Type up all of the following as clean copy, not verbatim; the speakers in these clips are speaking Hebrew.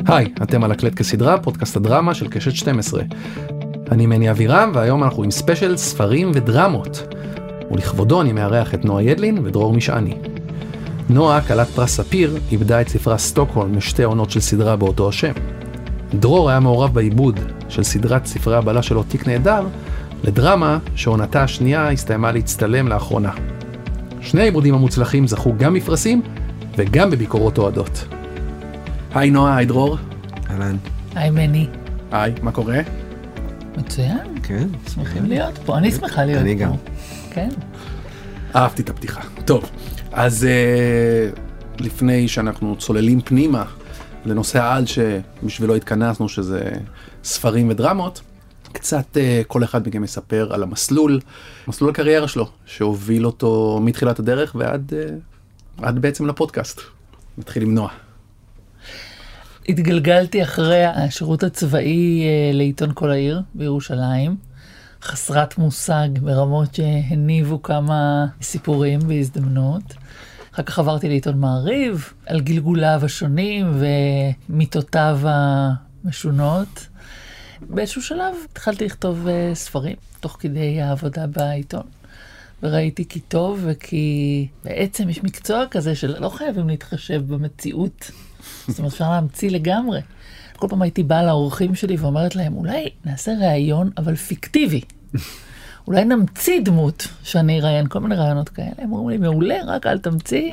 היי, אתם על הקלט כסדרה, פודקאסט הדרמה של קשת 12. אני מני אבירם, והיום אנחנו עם ספיישל ספרים ודרמות. ולכבודו אני מארח את נועה ידלין ודרור משעני. נועה, כלת פרס ספיר, איבדה את ספרה סטוקהולם משתי עונות של סדרה באותו השם. דרור היה מעורב בעיבוד של סדרת ספרי הבלה שלו תיק נהדר, לדרמה שעונתה השנייה הסתיימה להצטלם לאחרונה. שני העיבודים המוצלחים זכו גם בפרסים וגם בביקורות אוהדות. היי נועה, היי דרור. אהלן. היי מני. היי, מה קורה? מצוין. כן. שמחים להיות פה, אני שמחה להיות פה. אני גם. כן. אהבתי את הפתיחה. טוב, אז לפני שאנחנו צוללים פנימה לנושא העל שבשבילו התכנסנו, שזה ספרים ודרמות, קצת כל אחד מכם מספר על המסלול, מסלול הקריירה שלו, שהוביל אותו מתחילת הדרך ועד בעצם לפודקאסט. נתחיל עם נועה. התגלגלתי אחרי השירות הצבאי לעיתון כל העיר בירושלים, חסרת מושג ברמות שהניבו כמה סיפורים והזדמנות. אחר כך עברתי לעיתון מעריב, על גלגוליו השונים ומיטותיו המשונות. באיזשהו שלב התחלתי לכתוב ספרים, תוך כדי העבודה בעיתון. וראיתי כי טוב וכי בעצם יש מקצוע כזה שלא חייבים להתחשב במציאות. זאת אומרת, אפשר להמציא לגמרי. כל פעם הייתי באה לאורחים שלי ואומרת להם, אולי נעשה ראיון, אבל פיקטיבי. אולי נמציא דמות שאני אראיין, כל מיני רעיונות כאלה. הם אומרים לי, מעולה, רק אל תמציא.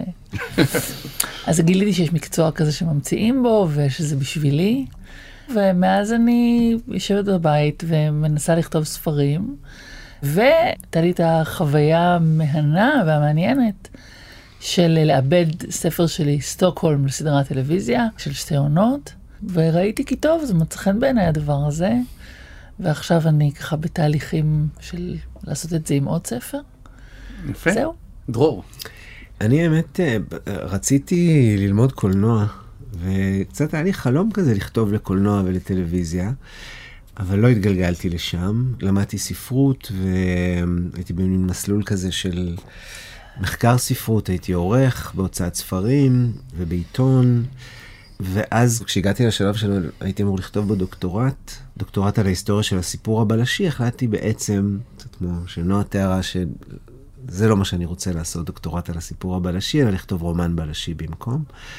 אז גיליתי שיש מקצוע כזה שממציאים בו, ושזה בשבילי. ומאז אני יושבת בבית ומנסה לכתוב ספרים. והייתה לי את החוויה המהנה והמעניינת של לאבד ספר שלי, סטוקהולם, לסדרת טלוויזיה, של 2 עונות, וראיתי כי טוב, זה מצא חן בעיניי הדבר הזה, ועכשיו אני ככה בתהליכים של לעשות את זה עם עוד ספר. יפה. זהו. דרור. אני האמת רציתי ללמוד קולנוע, וקצת היה לי חלום כזה לכתוב לקולנוע ולטלוויזיה, אבל לא התגלגלתי לשם. למדתי ספרות, והייתי במסלול כזה של מחקר ספרות, הייתי עורך בהוצאת ספרים ובעיתון, ואז כשהגעתי לשלב שלו הייתי אמור לכתוב בו דוקטורט על ההיסטוריה של הסיפור הבלשי, החלטתי בעצם, קצת כמו שנועה תיארה, שזה לא מה שאני רוצה לעשות, דוקטורט על הסיפור הבלשי, אלא לכתוב רומן בלשי במקום.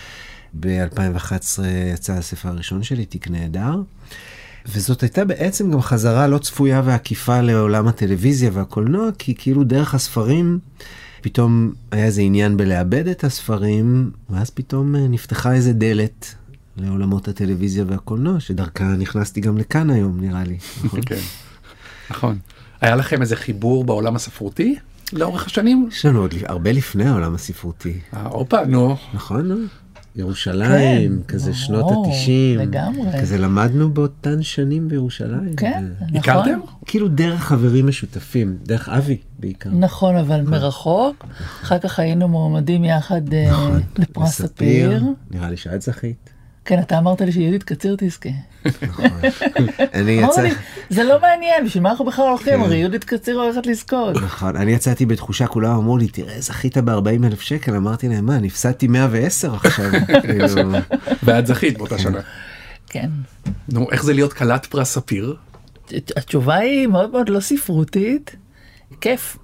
ב-2011 יצא הספר הראשון שלי, תיק נהדר, וזאת הייתה בעצם גם חזרה לא צפויה ועקיפה לעולם הטלוויזיה והקולנוע, כי כאילו דרך הספרים פתאום היה איזה עניין בלאבד את הספרים, ואז פתאום נפתחה איזה דלת לעולמות הטלוויזיה והקולנוע, שדרכה נכנסתי גם לכאן היום, נראה לי. כן, נכון. היה לכם איזה חיבור בעולם הספרותי לאורך השנים? יש לנו עוד הרבה לפני העולם הספרותי. אופה, נו. נכון, נו. ירושלים, כזה שנות ה-90. לגמרי. כזה למדנו באותן שנים בירושלים. כן, נכון. הכרתם? כאילו דרך חברים משותפים, דרך אבי בעיקר. נכון, אבל מרחוק. אחר כך היינו מועמדים יחד לפרס ספיר. נראה לי שאת זכית. כן, אתה אמרת לי שיהודית קציר תזכה. נכון. אני יצא... זה לא מעניין, בשביל מה אנחנו בכלל הולכים? הרי יהודית קציר הולכת לזכות. נכון, אני יצאתי בתחושה, כולם אמרו לי, תראה, זכית ב-40,000 שקל, אמרתי להם, מה, נפסדתי 110 עכשיו. ואת זכית באותה שנה. כן. נו, איך זה להיות כלת פרס ספיר? התשובה היא מאוד מאוד לא ספרותית, כיף.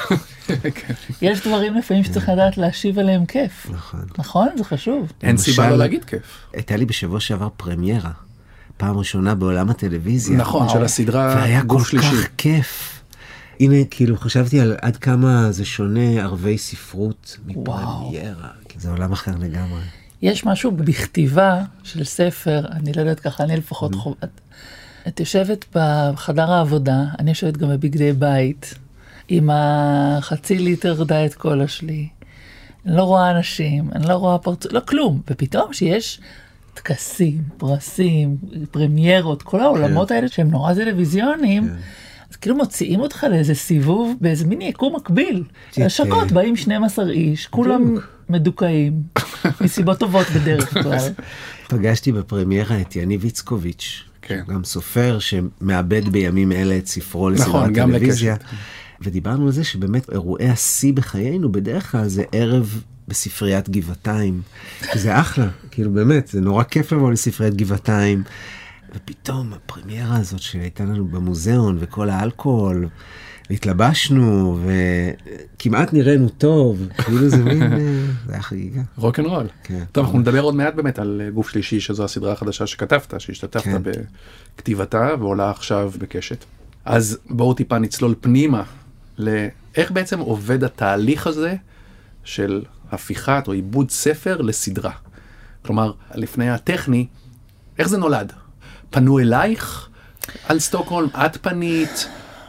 יש דברים לפעמים שצריך לדעת להשיב עליהם כיף. נכון, זה חשוב. אין סיבה לא להגיד כיף. הייתה לי בשבוע שעבר פרמיירה, פעם ראשונה בעולם הטלוויזיה. נכון, של הסדרה והיה גוף שלישי. כל כך כיף. הנה, כאילו, חשבתי על עד כמה זה שונה ערבי ספרות מפרמיירה. זה עולם אחר לגמרי. יש משהו בכתיבה של ספר, אני לא יודעת ככה, אני לפחות חובת. את יושבת בחדר העבודה, אני יושבת גם בבגדי בית, עם החצי ליטר דיאט קולה שלי. אני לא רואה אנשים, אני לא רואה פרצות, לא כלום. ופתאום שיש טקסים, פרסים, פרמיירות, כל העולמות האלה שהם נורא טלוויזיוניים, אז כאילו מוציאים אותך לאיזה סיבוב, באיזה מיני יקום מקביל. השקות באים 12 איש, כולם מדוכאים, מסיבות טובות בדרך כלל. פגשתי בפרמיירה את יניב איצקוביץ', גם סופר שמאבד בימים אלה את ספרו לסדרת טלוויזיה. ודיברנו על זה שבאמת אירועי השיא בחיינו בדרך כלל זה ערב בספריית גבעתיים. זה אחלה, כאילו באמת, זה נורא כיף לבוא לספריית גבעתיים. ופתאום הפרמיירה הזאת שהייתה לנו במוזיאון, וכל האלכוהול, והתלבשנו, וכמעט נראינו טוב, כאילו זה מין, זה היה חגיגה. רוק'נ'רול. כן. טוב, אנחנו נדבר עוד מעט באמת על גוף שלישי, שזו הסדרה החדשה שכתבת, שהשתתפת בכתיבתה, ועולה עכשיו בקשת. אז בואו טיפה נצלול פנימה, לאיך בעצם עובד התהליך הזה, של הפיכת או עיבוד ספר לסדרה. כלומר, לפני הטכני, איך זה נולד? פנו אלייך על סטוקהולם, את פנית?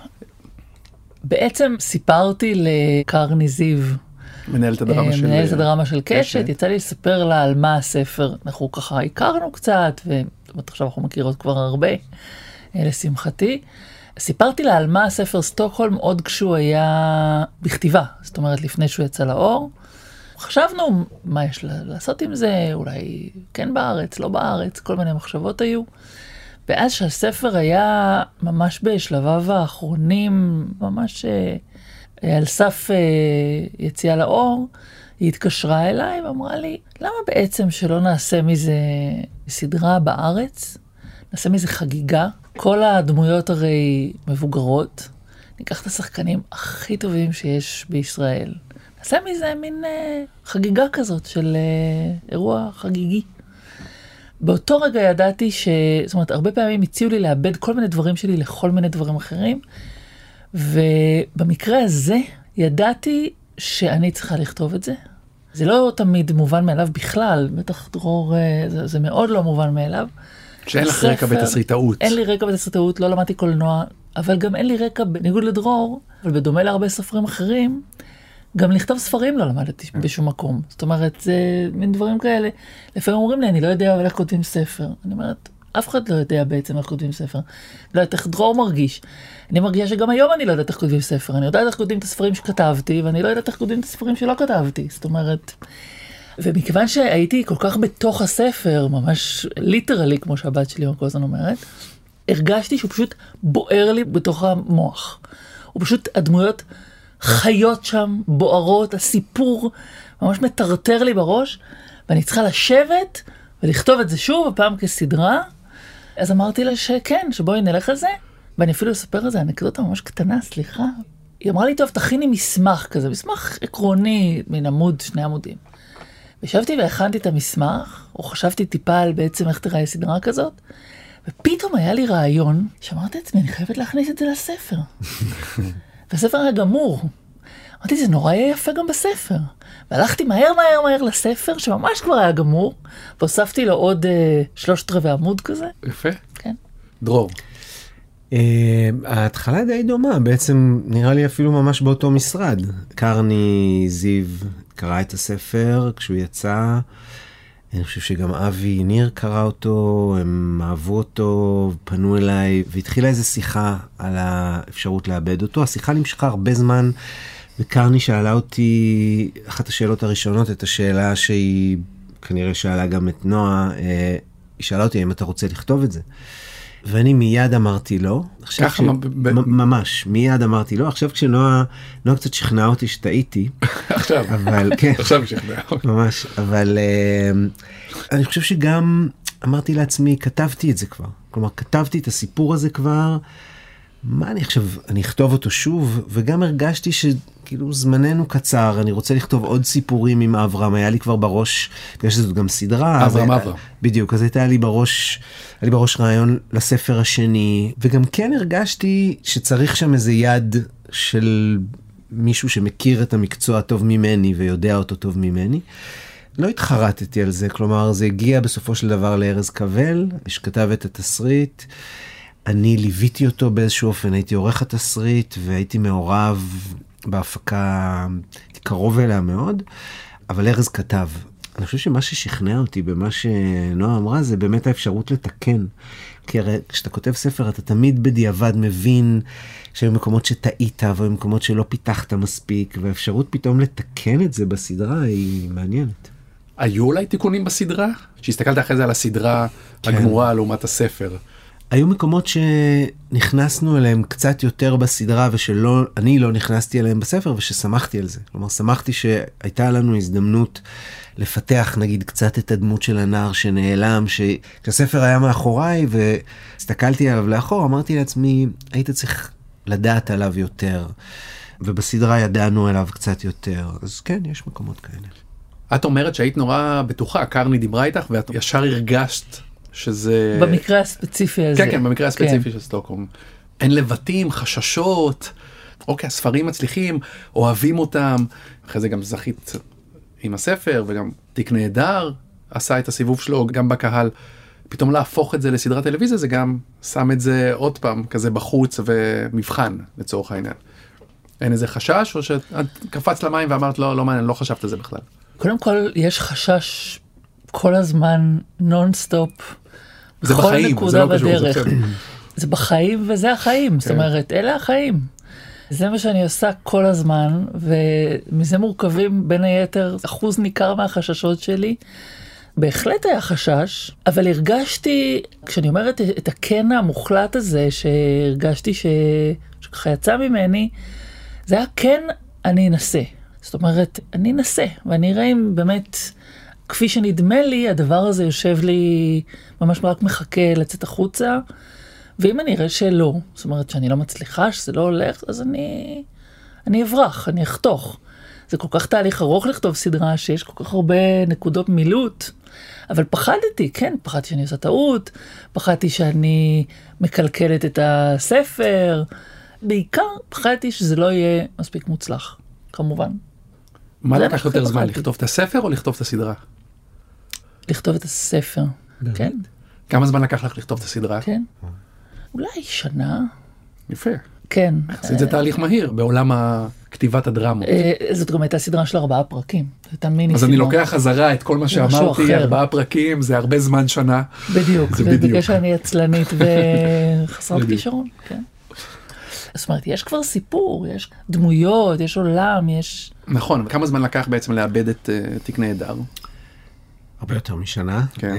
בעצם סיפרתי לקרני זיו, מנהלת הדרמה של קשת, יצא לי לספר לה על מה הספר. אנחנו ככה הכרנו קצת, ועכשיו אנחנו מכירות כבר הרבה, לשמחתי. סיפרתי לה על מה הספר סטוקהולם עוד כשהוא היה בכתיבה, זאת אומרת לפני שהוא יצא לאור. חשבנו מה יש לעשות עם זה, אולי כן בארץ, לא בארץ, כל מיני מחשבות היו. ואז שהספר היה ממש בשלביו האחרונים, ממש על סף יציאה לאור, היא התקשרה אליי ואמרה לי, למה בעצם שלא נעשה מזה סדרה בארץ? נעשה מזה חגיגה. כל הדמויות הרי מבוגרות. ניקח את השחקנים הכי טובים שיש בישראל. נעשה מזה מין חגיגה כזאת של אירוע חגיגי. באותו רגע ידעתי זאת אומרת, הרבה פעמים הציעו לי לאבד כל מיני דברים שלי לכל מיני דברים אחרים, ובמקרה הזה ידעתי שאני צריכה לכתוב את זה. זה לא תמיד מובן מאליו בכלל, בטח דרור, זה מאוד לא מובן מאליו. שאין לך רקע בתסריטאות. אין לי רקע בתסריטאות, לא למדתי קולנוע, אבל גם אין לי רקע, בניגוד לדרור, אבל בדומה להרבה סופרים אחרים, גם לכתוב ספרים לא למדתי בשום מקום. זאת אומרת, זה מין דברים כאלה. לפעמים אומרים לי, אני לא יודע איך כותבים ספר. אני אומרת, אף אחד לא יודע בעצם איך כותבים ספר. לא יודעת איך דרור מרגיש. אני מרגישה שגם היום אני לא יודעת איך כותבים ספר. אני יודעת איך כותבים את הספרים שכתבתי, ואני לא יודעת איך כותבים את הספרים שלא כתבתי. זאת אומרת, ומכיוון שהייתי כל כך בתוך הספר, ממש ליטרלי, כמו שהבת שלי כל הזמן אומרת, הרגשתי שהוא פשוט בוער לי בתוך המוח. הוא פשוט, הדמויות חיות שם, בוערות, הסיפור ממש מטרטר לי בראש, ואני צריכה לשבת ולכתוב את זה שוב, הפעם כסדרה. אז אמרתי לה שכן, שבואי נלך על זה, ואני אפילו אספר על זה, אנקדוטה ממש קטנה, סליחה. היא אמרה לי, טוב, תכיני מסמך כזה, מסמך עקרוני, מן עמוד, 2 עמודים. וישבתי והכנתי את המסמך, או חשבתי טיפה על בעצם איך תראה סדרה כזאת, ופתאום היה לי רעיון, שאמרתי לעצמי, אני חייבת להכניס את זה לספר. והספר היה גמור. אמרתי, זה נורא יפה גם בספר. והלכתי מהר לספר, שממש כבר היה גמור, והוספתי לו עוד 3/4 עמוד כזה. יפה. כן. דרור. ההתחלה די דומה, בעצם נראה לי אפילו ממש באותו משרד. קרני זיו קרא את הספר כשהוא יצא, אני חושב שגם אבי ניר קרא אותו, הם אהבו אותו, פנו אליי, והתחילה איזו שיחה על האפשרות לאבד אותו. השיחה נמשכה הרבה זמן, וקרני שאלה אותי, אחת השאלות הראשונות, את השאלה שהיא כנראה שאלה גם את נועה, היא שאלה אותי, האם אתה רוצה לכתוב את זה? ואני מיד אמרתי לא. ככה ממש, מיד אמרתי לא. עכשיו כשנועה קצת שכנעה אותי שטעיתי. עכשיו. אבל כן. עכשיו שכנעה. ממש, אבל אני חושב שגם אמרתי לעצמי, כתבתי את זה כבר. כלומר, כתבתי את הסיפור הזה כבר. מה אני עכשיו, אני אכתוב אותו שוב, וגם הרגשתי שכאילו זמננו קצר, אני רוצה לכתוב עוד סיפורים עם אברהם, היה לי כבר בראש, בגלל שזאת גם סדרה. אברהם. בדיוק, אז הייתה לי בראש רעיון לספר השני, וגם כן הרגשתי שצריך שם איזה יד של מישהו שמכיר את המקצוע טוב ממני, ויודע אותו טוב ממני. לא התחרטתי על זה, כלומר, זה הגיע בסופו של דבר לארז קבל, שכתב את התסריט, אני ליוויתי אותו באיזשהו אופן, הייתי עורך התסריט, והייתי מעורב בהפקה, קרוב אליה מאוד, אבל ארז כתב. אני חושב שמה ששכנע אותי במה שנועה אמרה, זה באמת האפשרות לתקן. כי הרי כשאתה כותב ספר, אתה תמיד בדיעבד מבין שהיו מקומות שטעית, והיו מקומות שלא פיתחת מספיק, והאפשרות פתאום לתקן את זה בסדרה היא מעניינת. היו אולי תיקונים בסדרה? שהסתכלת אחרי זה על הסדרה הגמורה לעומת הספר. היו מקומות שנכנסנו אליהם קצת יותר בסדרה, אני לא נכנסתי אליהם בספר, וששמחתי על זה. כלומר, שמחתי שהייתה לנו הזדמנות לפתח, נגיד, קצת את הדמות של הנער שנעלם, כשהספר היה מאחוריי, והסתכלתי עליו לאחור, אמרתי לעצמי, היית צריך לדעת עליו יותר, ובסדרה ידענו עליו קצת יותר. אז כן, יש מקומות כאלה. את אומרת שהיית נורא בטוחה, קרני דיברה איתך, ואת ישר הרגשת שזה... במקרה הספציפי הזה. כן, כן, במקרה הספציפי של סטוקהולם. אין לבטים, חששות, אוקיי, הספרים מצליחים, אוהבים אותם, אחרי זה גם זכית עם הספר, וגם תיק נהדר עשה את הסיבוב שלו, גם בקהל. פתאום להפוך את זה לסדרת טלוויזיה, זה גם שם את זה עוד פעם, כזה בחוץ ומבחן, לצורך העניין. אין איזה חשש, או שאת קפצת למים ואמרת, לא מעניין, לא חשבת על זה בכלל? קודם כל, יש חשש כל הזמן, נונסטופ, זה בחיים, זה לא קשור. זה בחיים וזה החיים, זאת אומרת, אלה החיים. זה מה שאני עושה כל הזמן, ומזה מורכבים בין היתר אחוז ניכר מהחששות שלי. בהחלט היה חשש, אבל הרגשתי, כשאני אומרת את הכן המוחלט הזה, שהרגשתי שככה יצא ממני, זה היה כן, אני אנסה. זאת אומרת, אני אנסה, ואני אראה אם באמת, כפי שנדמה לי, הדבר הזה יושב לי, ממש רק מחכה לצאת החוצה, ואם אני אראה שלא, זאת אומרת שאני לא מצליחה, שזה לא הולך, אז אני אברח, אני אחתוך. זה כל כך תהליך ארוך לכתוב סדרה, שיש כל כך הרבה נקודות מילוט, אבל פחדתי, כן, פחדתי שאני עושה טעות, פחדתי שאני מקלקלת את הספר, בעיקר פחדתי שזה לא יהיה מספיק מוצלח, כמובן. מה לקח יותר זמן, לכתוב את הספר או לכתוב את הסדרה? לכתוב את הספר, כן. כמה זמן לקח לך לכתוב את הסדרה? כן. אולי שנה. יפה. כן. זה תהליך מהיר בעולם כתיבת הדרמות. זאת גם הייתה סדרה של 4 פרקים. אז אני לוקח חזרה את כל מה שאמרתי, 4 פרקים, זה הרבה זמן שנה. בדיוק, זה בגלל שאני עצלנית וחסרת כישרון, כן. זאת אומרת, יש כבר סיפור, יש דמויות, יש עולם, יש... נכון, כמה זמן לקח בעצם לאבד את תיק נהדר? הרבה יותר משנה. כן.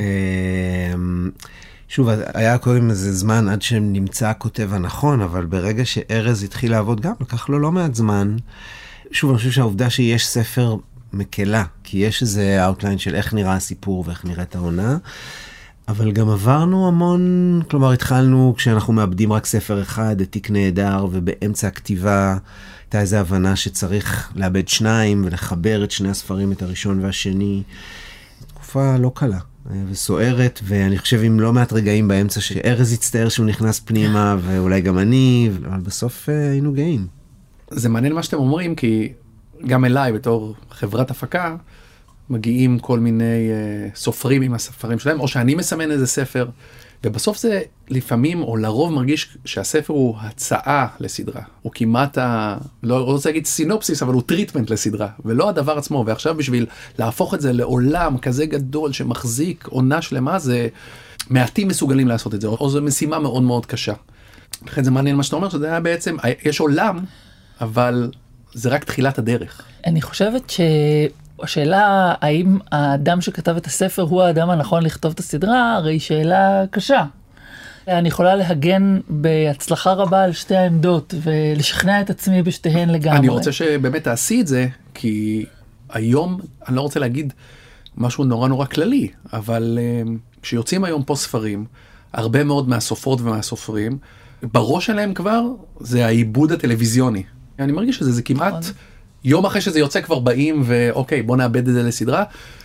שוב, היה קודם איזה זמן עד שנמצא הכותב הנכון, אבל ברגע שארז התחיל לעבוד גם, לקח לו לא מעט זמן. שוב, אני חושב שהעובדה שיש ספר מקלה, כי יש איזה אאוטליין של איך נראה הסיפור ואיך נראית העונה, אבל גם עברנו המון, כלומר התחלנו כשאנחנו מאבדים רק ספר אחד, את תיק נהדר, ובאמצע הכתיבה הייתה איזו הבנה שצריך לאבד 2 ולחבר את שני הספרים, את הראשון והשני. תקופה לא קלה וסוערת, ואני חושב עם לא מעט רגעים באמצע שארז הצטער שהוא נכנס פנימה, ואולי גם אני, אבל בסוף היינו גאים. זה מעניין מה שאתם אומרים, כי גם אליי בתור חברת הפקה, מגיעים כל מיני סופרים עם הספרים שלהם, או שאני מסמן איזה ספר, ובסוף זה לפעמים, או לרוב מרגיש שהספר הוא הצעה לסדרה. הוא כמעט, לא רוצה להגיד סינופסיס, אבל הוא טריטמנט לסדרה, ולא הדבר עצמו. ועכשיו בשביל להפוך את זה לעולם כזה גדול שמחזיק עונה שלמה, זה מעטים מסוגלים לעשות את זה, או זו משימה מאוד מאוד קשה. לכן זה מעניין מה שאתה אומר, שזה היה בעצם, יש עולם, אבל זה רק תחילת הדרך. אני חושבת השאלה, האם האדם שכתב את הספר הוא האדם הנכון לכתוב את הסדרה, הרי שאלה קשה. אני יכולה להגן בהצלחה רבה על שתי העמדות, ולשכנע את עצמי בשתיהן לגמרי. אני רוצה שבאמת תעשי את זה, כי היום, אני לא רוצה להגיד משהו נורא נורא כללי, אבל כשיוצאים היום פה ספרים, הרבה מאוד מהסופרות ומהסופרים, בראש שלהם כבר זה העיבוד הטלוויזיוני. אני מרגיש שזה כמעט... יום אחרי שזה יוצא כבר באים ואוקיי, בוא נאבד את זה לסדרה,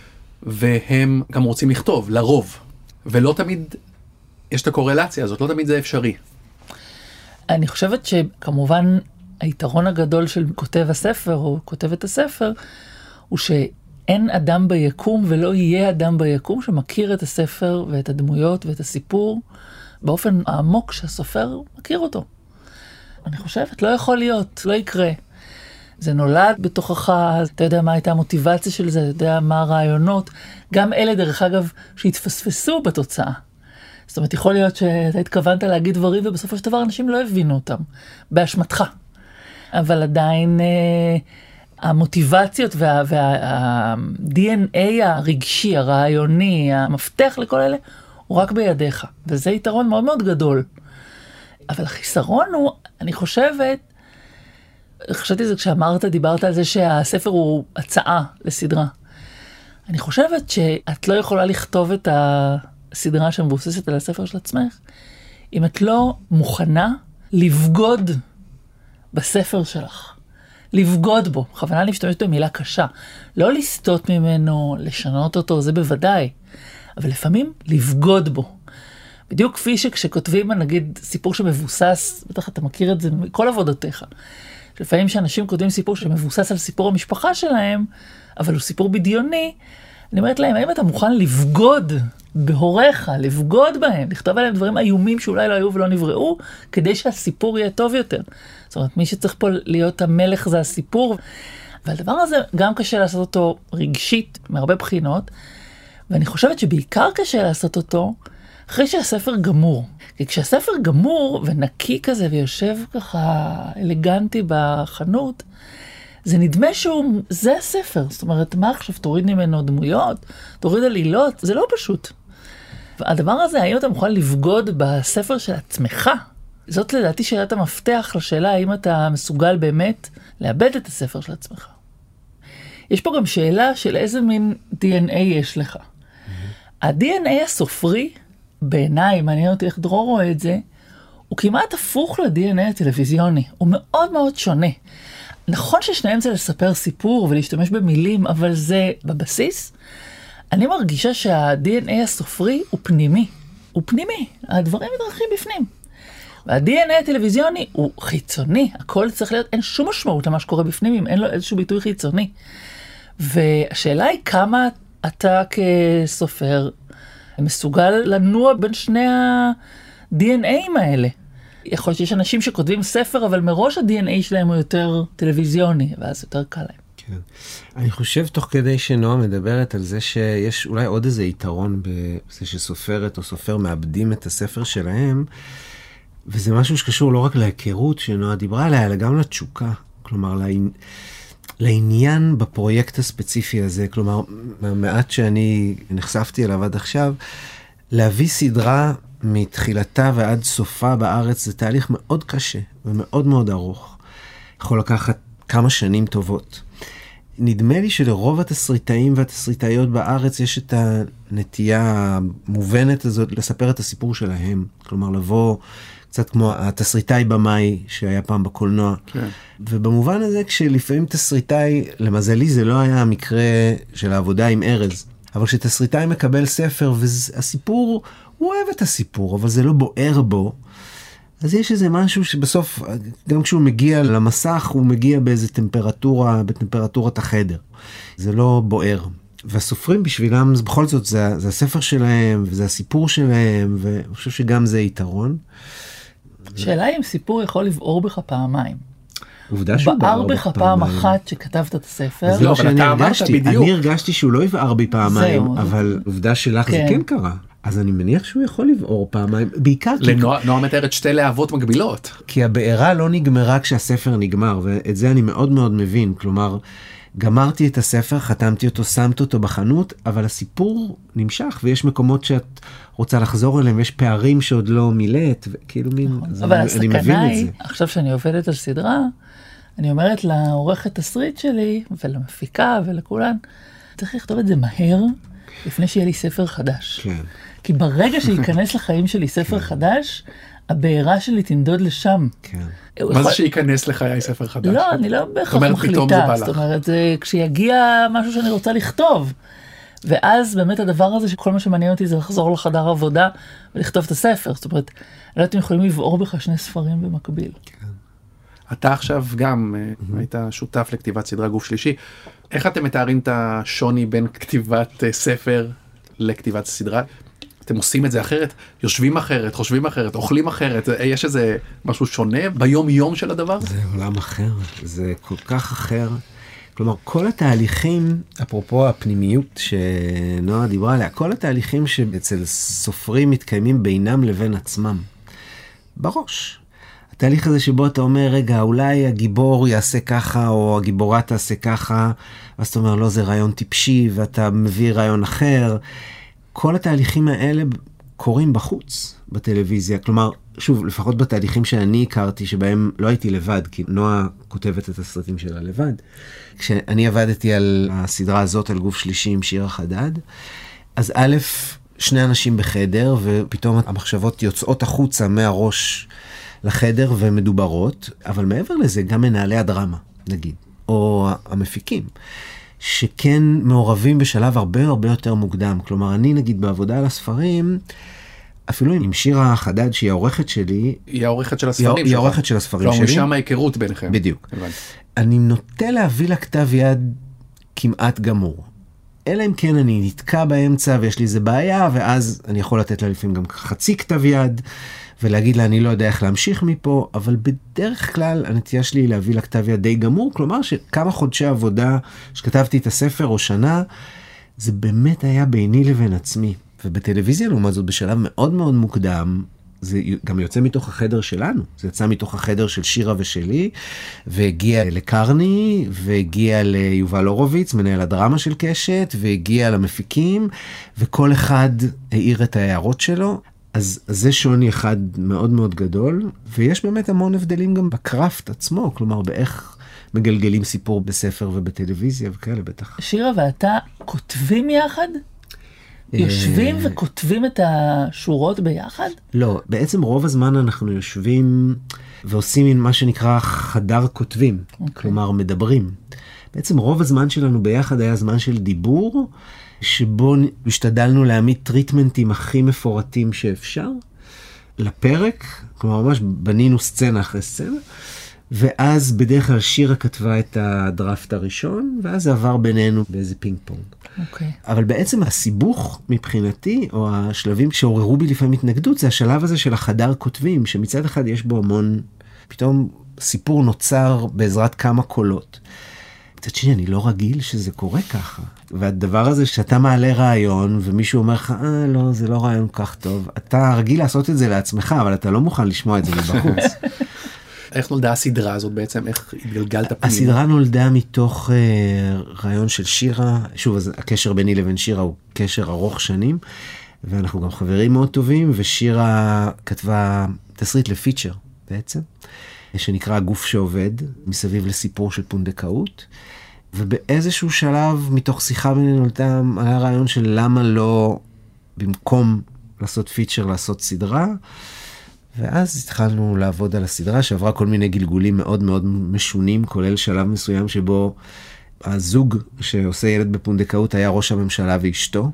והם גם רוצים לכתוב, לרוב. ולא תמיד יש את הקורלציה הזאת, לא תמיד זה אפשרי. אני חושבת שכמובן היתרון הגדול של כותב הספר, או כותבת הספר, הוא שאין אדם ביקום ולא יהיה אדם ביקום שמכיר את הספר ואת הדמויות ואת הסיפור באופן העמוק שהסופר מכיר אותו. אני חושבת, לא יכול להיות, לא יקרה. זה נולד בתוכך, אתה יודע מה הייתה המוטיבציה של זה, אתה יודע מה הרעיונות, גם אלה דרך אגב שהתפספסו בתוצאה. זאת אומרת, יכול להיות שאתה התכוונת להגיד דברים ובסופו של דבר אנשים לא הבינו אותם, באשמתך. אבל עדיין המוטיבציות וה-DNA הרגשי, הרעיוני, המפתח לכל אלה, הוא רק בידיך, וזה יתרון מאוד מאוד גדול. אבל החיסרון הוא, אני חשבתי זה כשאמרת, דיברת על זה שהספר הוא הצעה לסדרה. אני חושבת שאת לא יכולה לכתוב את הסדרה שמבוססת על הספר של עצמך, אם את לא מוכנה לבגוד בספר שלך. לבגוד בו. בכוונה אני משתמשת במילה קשה. לא לסטות ממנו, לשנות אותו, זה בוודאי. אבל לפעמים לבגוד בו. בדיוק כפי שכשכותבים, נגיד, סיפור שמבוסס, בטח אתה מכיר את זה מכל עבודותיך, לפעמים שאנשים כותבים סיפור שמבוסס על סיפור המשפחה שלהם, אבל הוא סיפור בדיוני, אני אומרת להם, האם אתה מוכן לבגוד בהוריך, לבגוד בהם, לכתוב עליהם דברים איומים שאולי לא היו ולא נבראו, כדי שהסיפור יהיה טוב יותר. זאת אומרת, מי שצריך פה להיות המלך זה הסיפור, והדבר הזה גם קשה לעשות אותו רגשית, מהרבה בחינות, ואני חושבת שבעיקר קשה לעשות אותו, אחרי שהספר גמור. כי כשהספר גמור ונקי כזה ויושב ככה אלגנטי בחנות, זה נדמה זה הספר. זאת אומרת, מה עכשיו תוריד ממנו דמויות, תוריד עלילות, זה לא פשוט. הדבר הזה, האם אתה מוכן לבגוד בספר של עצמך? זאת לדעתי שאלת המפתח לשאלה, האם אתה מסוגל באמת לאבד את הספר של עצמך. יש פה גם שאלה של איזה מין DNA יש לך. ה-DNA הסופרי, בעיניי, מעניין אותי איך דרור רואה את זה, הוא כמעט הפוך ל-DNA הטלוויזיוני. הוא מאוד מאוד שונה. נכון ששניהם זה לספר סיפור ולהשתמש במילים, אבל זה בבסיס. אני מרגישה שה-DNA הסופרי הוא פנימי. הוא פנימי. הדברים מתרחשים בפנים. וה-DNA הטלוויזיוני הוא חיצוני. הכל צריך להיות, אין שום משמעות למה שקורה בפנים, אם אין לו איזשהו ביטוי חיצוני. והשאלה היא כמה אתה כסופר מסוגל לנוע בין שני ה-DNAים האלה. יכול להיות שיש אנשים שכותבים ספר, אבל מראש ה-DNA שלהם הוא יותר טלוויזיוני, ואז יותר קל להם. כן. אני חושב תוך כדי שנועה מדברת על זה שיש אולי עוד איזה יתרון בזה שסופרת או סופר מאבדים את הספר שלהם, וזה משהו שקשור לא רק להיכרות שנועה דיברה עליה, אלא גם לתשוקה. כלומר, לעניין בפרויקט הספציפי הזה, כלומר, מהמעט שאני נחשפתי אליו עד עכשיו, להביא סדרה מתחילתה ועד סופה בארץ, זה תהליך מאוד קשה ומאוד מאוד ארוך. יכול לקחת כמה שנים טובות. נדמה לי שלרוב התסריטאים והתסריטאיות בארץ יש את הנטייה המובנת הזאת לספר את הסיפור שלהם. כלומר, לבוא קצת כמו התסריטאי במאי שהיה פעם בקולנוע. כן. ובמובן הזה, כשלפעמים תסריטאי, למזלי זה לא היה המקרה של העבודה עם ארז, אבל כשתסריטאי מקבל ספר והסיפור, הוא אוהב את הסיפור, אבל זה לא בוער בו, אז יש איזה משהו שבסוף, גם כשהוא מגיע למסך, הוא מגיע באיזה טמפרטורה, בטמפרטורת החדר. זה לא בוער. והסופרים בשבילם, בכל זאת, זה הספר שלהם, וזה הסיפור שלהם, ואני חושב שגם זה יתרון. שאלה אם סיפור יכול לבעור בך פעמיים. עובדה שהוא בער בך פעם אחת שכתבת את הספר. זה לא שאני הרגשתי, אני הרגשתי שהוא לא יבער בי פעמיים, אבל עובדה שלך זה כן קרה. אז אני מניח שהוא יכול לבעור פעמיים, בעיקר כי... לנועה מתארת שתי להבות מקבילות. כי הבעירה לא נגמרה כשהספר נגמר, ואת זה אני מאוד מאוד מבין. כלומר, גמרתי את הספר, חתמתי אותו, שמת אותו בחנות, אבל הסיפור נמשך, ויש מקומות שאת רוצה לחזור אליהם, ויש פערים שעוד לא מילאת, וכאילו מין... אבל הסכנה היא, עכשיו שאני עובדת על סדרה, אני אומרת לעורכת תסריט שלי, ולמפיקה ולכולן, צריך לכתוב את זה מהר, לפני שיהיה לי ספר חדש. כן. כי ברגע שיכנס לחיים שלי ספר חדש, הבעירה שלי תנדוד לשם. כן. מה זה שיכנס לחיי ספר חדש? לא, אני לא בהכרח מחליטה. זאת אומרת, כשיגיע משהו שאני רוצה לכתוב. ואז באמת הדבר הזה שכל מה שמעניין אותי זה לחזור לחדר עבודה ולכתוב את הספר. זאת אומרת, אני לא יודעת אם יכולים לבעור בך שני ספרים במקביל. כן. אתה עכשיו גם היית שותף לכתיבת סדרה גוף שלישי. איך אתם מתארים את השוני בין כתיבת ספר לכתיבת סדרה? אתם עושים את זה אחרת? יושבים אחרת, חושבים אחרת, אוכלים אחרת? יש איזה משהו שונה ביום יום של הדבר? זה עולם אחר, זה כל כך אחר. כלומר, כל התהליכים, אפרופו הפנימיות שנועה דיברה עליה, כל התהליכים שאצל סופרים מתקיימים בינם לבין עצמם. בראש. התהליך הזה שבו אתה אומר, רגע, אולי הגיבור יעשה ככה, או הגיבורה תעשה ככה, אז אתה אומר, לא, זה רעיון טיפשי, ואתה מביא רעיון אחר. כל התהליכים האלה קורים בחוץ, בטלוויזיה. כלומר, שוב, לפחות בתהליכים שאני הכרתי, שבהם לא הייתי לבד, כי נועה כותבת את הסרטים שלה לבד. כשאני עבדתי על הסדרה הזאת, על גוף שלישי עם שירה חדד, אז א', שני אנשים בחדר, ופתאום המחשבות יוצאות החוצה מהראש לחדר ומדוברות, אבל מעבר לזה, גם מנהלי הדרמה, נגיד, או המפיקים, שכן מעורבים בשלב הרבה הרבה יותר מוקדם. כלומר, אני נגיד בעבודה על הספרים, אפילו עם שירה חדד, שהיא העורכת שלי, היא העורכת של הספרים שלך. היא העורכת של הספרים שלי. כלומר, משם ההיכרות ביניכם. בדיוק. אני נוטה להביא לה כתב יד כמעט גמור. אלא אם כן אני נתקע באמצע ויש לי איזה בעיה, ואז אני יכול לתת לה לפעמים גם חצי כתב יד, ולהגיד לה אני לא יודע איך להמשיך מפה, אבל בדרך כלל הנטייה שלי היא להביא לה כתב יד די גמור, כלומר שכמה חודשי עבודה שכתבתי את הספר או שנה, זה באמת היה ביני לבין עצמי. ובטלוויזיה לעומת זאת בשלב מאוד מאוד מוקדם, זה גם יוצא מתוך החדר שלנו, זה יצא מתוך החדר של שירה ושלי, והגיע לקרני, והגיע ליובל הורוביץ, מנהל הדרמה של קשת, והגיע למפיקים, וכל אחד העיר את ההערות שלו. אז זה שוני אחד מאוד מאוד גדול, ויש באמת המון הבדלים גם בקראפט עצמו, כלומר באיך מגלגלים סיפור בספר ובטלוויזיה וכאלה בטח. שירה ואתה כותבים יחד? יושבים וכותבים את השורות ביחד? לא, בעצם רוב הזמן אנחנו יושבים ועושים מה שנקרא חדר כותבים, כלומר מדברים. בעצם רוב הזמן שלנו ביחד היה זמן של דיבור, שבו השתדלנו להעמיד טריטמנטים הכי מפורטים שאפשר לפרק, כלומר ממש בנינו סצנה אחרי סצנה, ואז בדרך כלל שירה כתבה את הדרפט הראשון, ואז זה עבר בינינו באיזה פינג פונג. אבל בעצם הסיבוך מבחינתי, או השלבים שעוררו בי לפעמים התנגדות, זה השלב הזה של החדר כותבים, שמצד אחד יש בו המון, פתאום סיפור נוצר בעזרת כמה קולות. מצד שני, אני לא רגיל שזה קורה ככה. והדבר הזה שאתה מעלה רעיון, ומישהו אומר לך, לא, זה לא רעיון כך טוב. אתה רגיל לעשות את זה לעצמך, אבל אתה לא מוכן לשמוע את זה מבחוץ. איך נולדה הסדרה הזאת בעצם? איך התגלגלת פנימה? הסדרה נולדה מתוך רעיון של שירה. שוב, אז הקשר ביני לבין שירה הוא קשר ארוך שנים, ואנחנו גם חברים מאוד טובים, ושירה כתבה תסריט לפיצ'ר בעצם, שנקרא גוף שעובד, מסביב לסיפור של פונדקאות, ובאיזשהו שלב מתוך שיחה בינינו עלה רעיון של למה לא במקום לעשות פיצ'ר לעשות סדרה, ואז התחלנו לעבוד על הסדרה שעברה כל מיני גלגולים מאוד מאוד משונים, כולל שלב מסוים שבו הזוג שעושה ילד בפונדקאות היה ראש הממשלה ואשתו.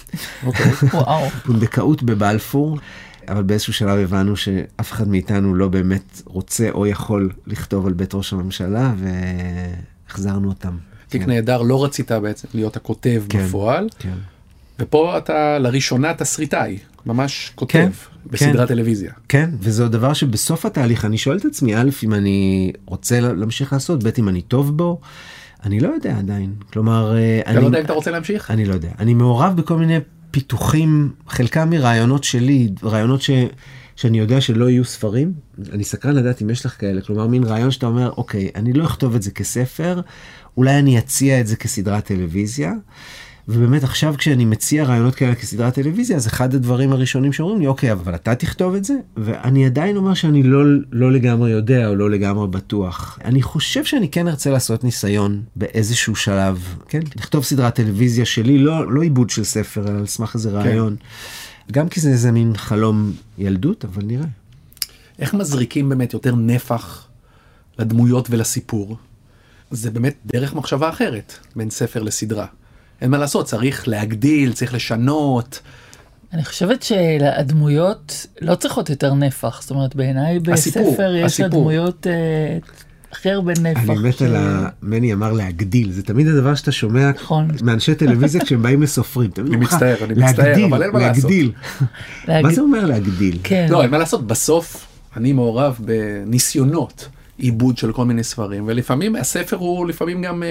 וואו. פונדקאות בבלפור, אבל באיזשהו שלב הבנו שאף אחד מאיתנו לא באמת רוצה או יכול לכתוב על בית ראש הממשלה, והחזרנו אותם. תיק נהדר, לא רצית בעצם להיות הכותב בפועל. כן. ופה אתה לראשונה תסריטאי, ממש כותב בסדרת טלוויזיה. כן, וזה דבר שבסוף התהליך אני שואל את עצמי, א', אם אני רוצה להמשיך לעשות, ב', אם אני טוב בו, אני לא יודע עדיין. כלומר, אתה לא יודע אם אתה רוצה להמשיך? אני לא יודע. אני מעורב בכל מיני פיתוחים, חלקם מרעיונות שלי, רעיונות שאני יודע שלא יהיו ספרים. אני סקרן לדעת אם יש לך כאלה, כלומר, מין רעיון שאתה אומר, אוקיי, אני לא אכתוב את זה כספר, אולי אני אציע את זה כסדרת טלוויזיה, ובאמת עכשיו כשאני מציע רעיונות כאלה כסדרת טלוויזיה, אז אחד הדברים הראשונים שאומרים לי, אוקיי, אבל אתה תכתוב את זה? ואני עדיין אומר שאני לא לגמרי יודע, או לא לגמרי בטוח. אני חושב שאני כן ארצה לעשות ניסיון באיזשהו שלב, כן? לכתוב סדרת טלוויזיה שלי, לא עיבוד של ספר, אלא על סמך איזה רעיון. גם כי זה איזה מין חלום ילדות, אבל נראה. איך מזריקים באמת יותר נפח לדמויות ולסיפור? זה באמת דרך מחשבה אחרת, בין ספר לסדרה. אין מה לעשות, צריך להגדיל, צריך לשנות. אני חושבת שהדמויות לא צריכות יותר נפח, זאת אומרת בעיניי בספר יש לדמויות הכי הרבה נפח. אני מת על מני אמר להגדיל, זה תמיד הדבר שאתה שומע מאנשי טלוויזיה כשהם באים לסופרים. אני מצטער, אבל אין מה לעשות. מה זה אומר להגדיל? לא, אין מה לעשות, בסוף אני מעורב בניסיונות עיבוד של כל מיני ספרים, ולפעמים הספר הוא לפעמים גם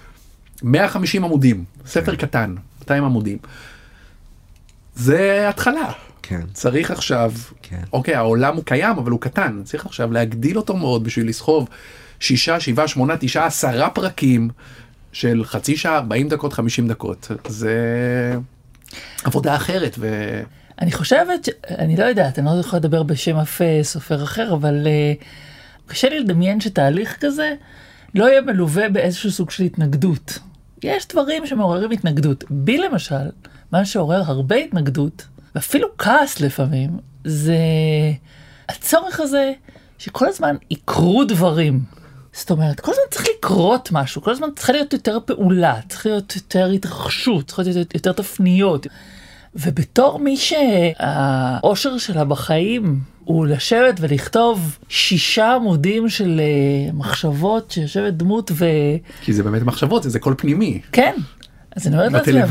150 עמודים, ספר קטן, 200 עמודים. זה התחלה. כן. צריך עכשיו, אוקיי, העולם הוא קיים, אבל הוא קטן. צריך עכשיו להגדיל אותו מאוד בשביל לסחוב 6, 7, 8, 9, 10 פרקים של חצי שעה, 40 דקות, 50 דקות. זה עבודה אחרת. אני חושבת, אני לא יודעת, אני לא יכולה לדבר בשם אף סופר אחר, אבל קשה לי לדמיין שתהליך כזה לא יהיה מלווה באיזשהו סוג של התנגדות. יש דברים שמעוררים התנגדות. בי למשל, מה שעורר הרבה התנגדות, ואפילו כעס לפעמים, זה הצורך הזה שכל הזמן יקרו דברים. זאת אומרת, כל הזמן צריך לקרות משהו, כל הזמן צריך להיות יותר פעולה, צריך להיות יותר התרחשות, צריך להיות יותר תפניות. ובתור מי שהאושר שלה בחיים הוא לשבת ולכתוב 6 עמודים של מחשבות שיושבת דמות כי זה באמת מחשבות, זה קול פנימי. כן. אז אני אומרת לעצמי,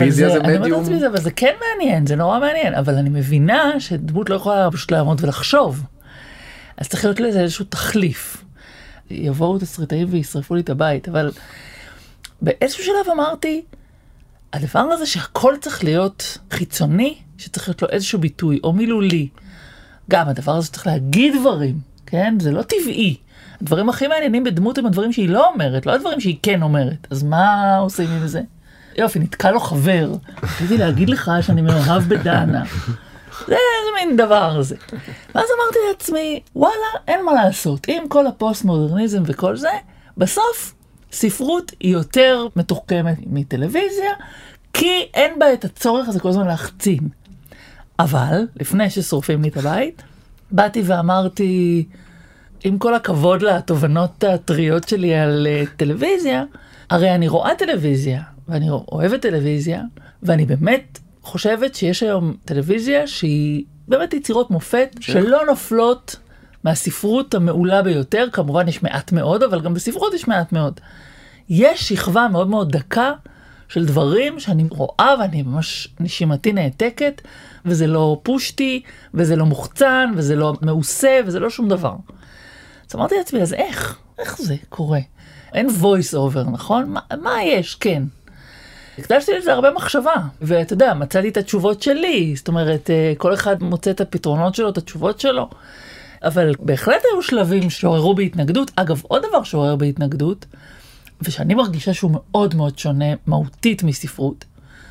אבל זה כן מעניין, זה נורא מעניין, אבל אני מבינה שדמות לא יכולה פשוט לעמוד ולחשוב. אז צריך להיות לזה איזשהו תחליף. יבואו תסריטאים וישרפו לי את הבית, אבל באיזשהו שלב אמרתי, הדבר הזה שהכל צריך להיות חיצוני, שצריך להיות לו איזשהו ביטוי, או מילולי. גם הדבר הזה צריך להגיד דברים, כן? זה לא טבעי. הדברים הכי מעניינים בדמות הם הדברים שהיא לא אומרת, לא הדברים שהיא כן אומרת. אז מה עושים עם זה? יופי, נתקע לו חבר. רציתי להגיד לך שאני מאוהב בדנה. זה איזה מין דבר הזה. ואז אמרתי לעצמי, וואלה, אין מה לעשות. עם כל הפוסט-מודרניזם וכל זה, בסוף ספרות היא יותר מתוחכמת מטלוויזיה, כי אין בה את הצורך הזה כל הזמן להחצין. אבל, לפני ששורפים לי את הבית, באתי ואמרתי, עם כל הכבוד לתובנות הטריות שלי על טלוויזיה, הרי אני רואה טלוויזיה, ואני אוהבת טלוויזיה, ואני באמת חושבת שיש היום טלוויזיה שהיא באמת יצירות מופת, שלא נופלות מהספרות המעולה ביותר, כמובן יש מעט מאוד, אבל גם בספרות יש מעט מאוד. יש שכבה מאוד מאוד דקה של דברים שאני רואה ואני ממש נשימתי נעתקת, וזה לא פושטי, וזה לא מוחצן, וזה לא מעושה, וזה לא שום דבר. אז אמרתי לעצמי, אז איך זה קורה? אין voice over, נכון? מה יש? כן. הקדשתי לזה הרבה מחשבה, ואתה יודע, מצאתי את התשובות שלי, זאת אומרת, כל אחד מוצא את הפתרונות שלו, את התשובות שלו, אבל בהחלט היו שלבים שעוררו בהתנגדות. אגב, עוד דבר שעורר בהתנגדות, ושאני מרגישה שהוא מאוד מאוד שונה מהותית מספרות,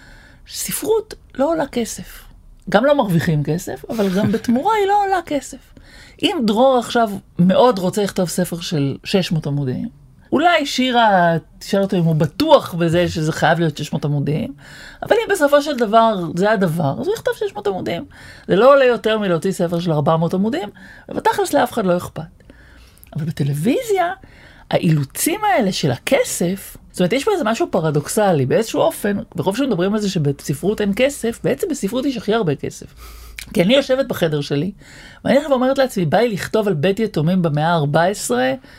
ספרות לא עולה כסף. גם לא מרוויחים כסף, אבל גם בתמורה היא לא עולה כסף. אם דרור עכשיו מאוד רוצה לכתוב ספר של 600 עמודים, אולי שירה תשאל אותו אם הוא בטוח בזה שזה חייב להיות 600 עמודים, אבל אם בסופו של דבר זה הדבר, אז הוא יכתוב 600 עמודים. זה לא עולה יותר מלהוציא ספר של 400 עמודים, ובתכלס לאף אחד לא אכפת. אבל בטלוויזיה, האילוצים האלה של הכסף, זאת אומרת, יש פה איזה משהו פרדוקסלי, באיזשהו אופן, ברוב שמדברים על זה שבספרות אין כסף, בעצם בספרות יש הכי הרבה כסף. כי אני יושבת בחדר שלי, ואני עכשיו אומרת לעצמי, בא לי לכתוב על בית יתומים במאה ה-14,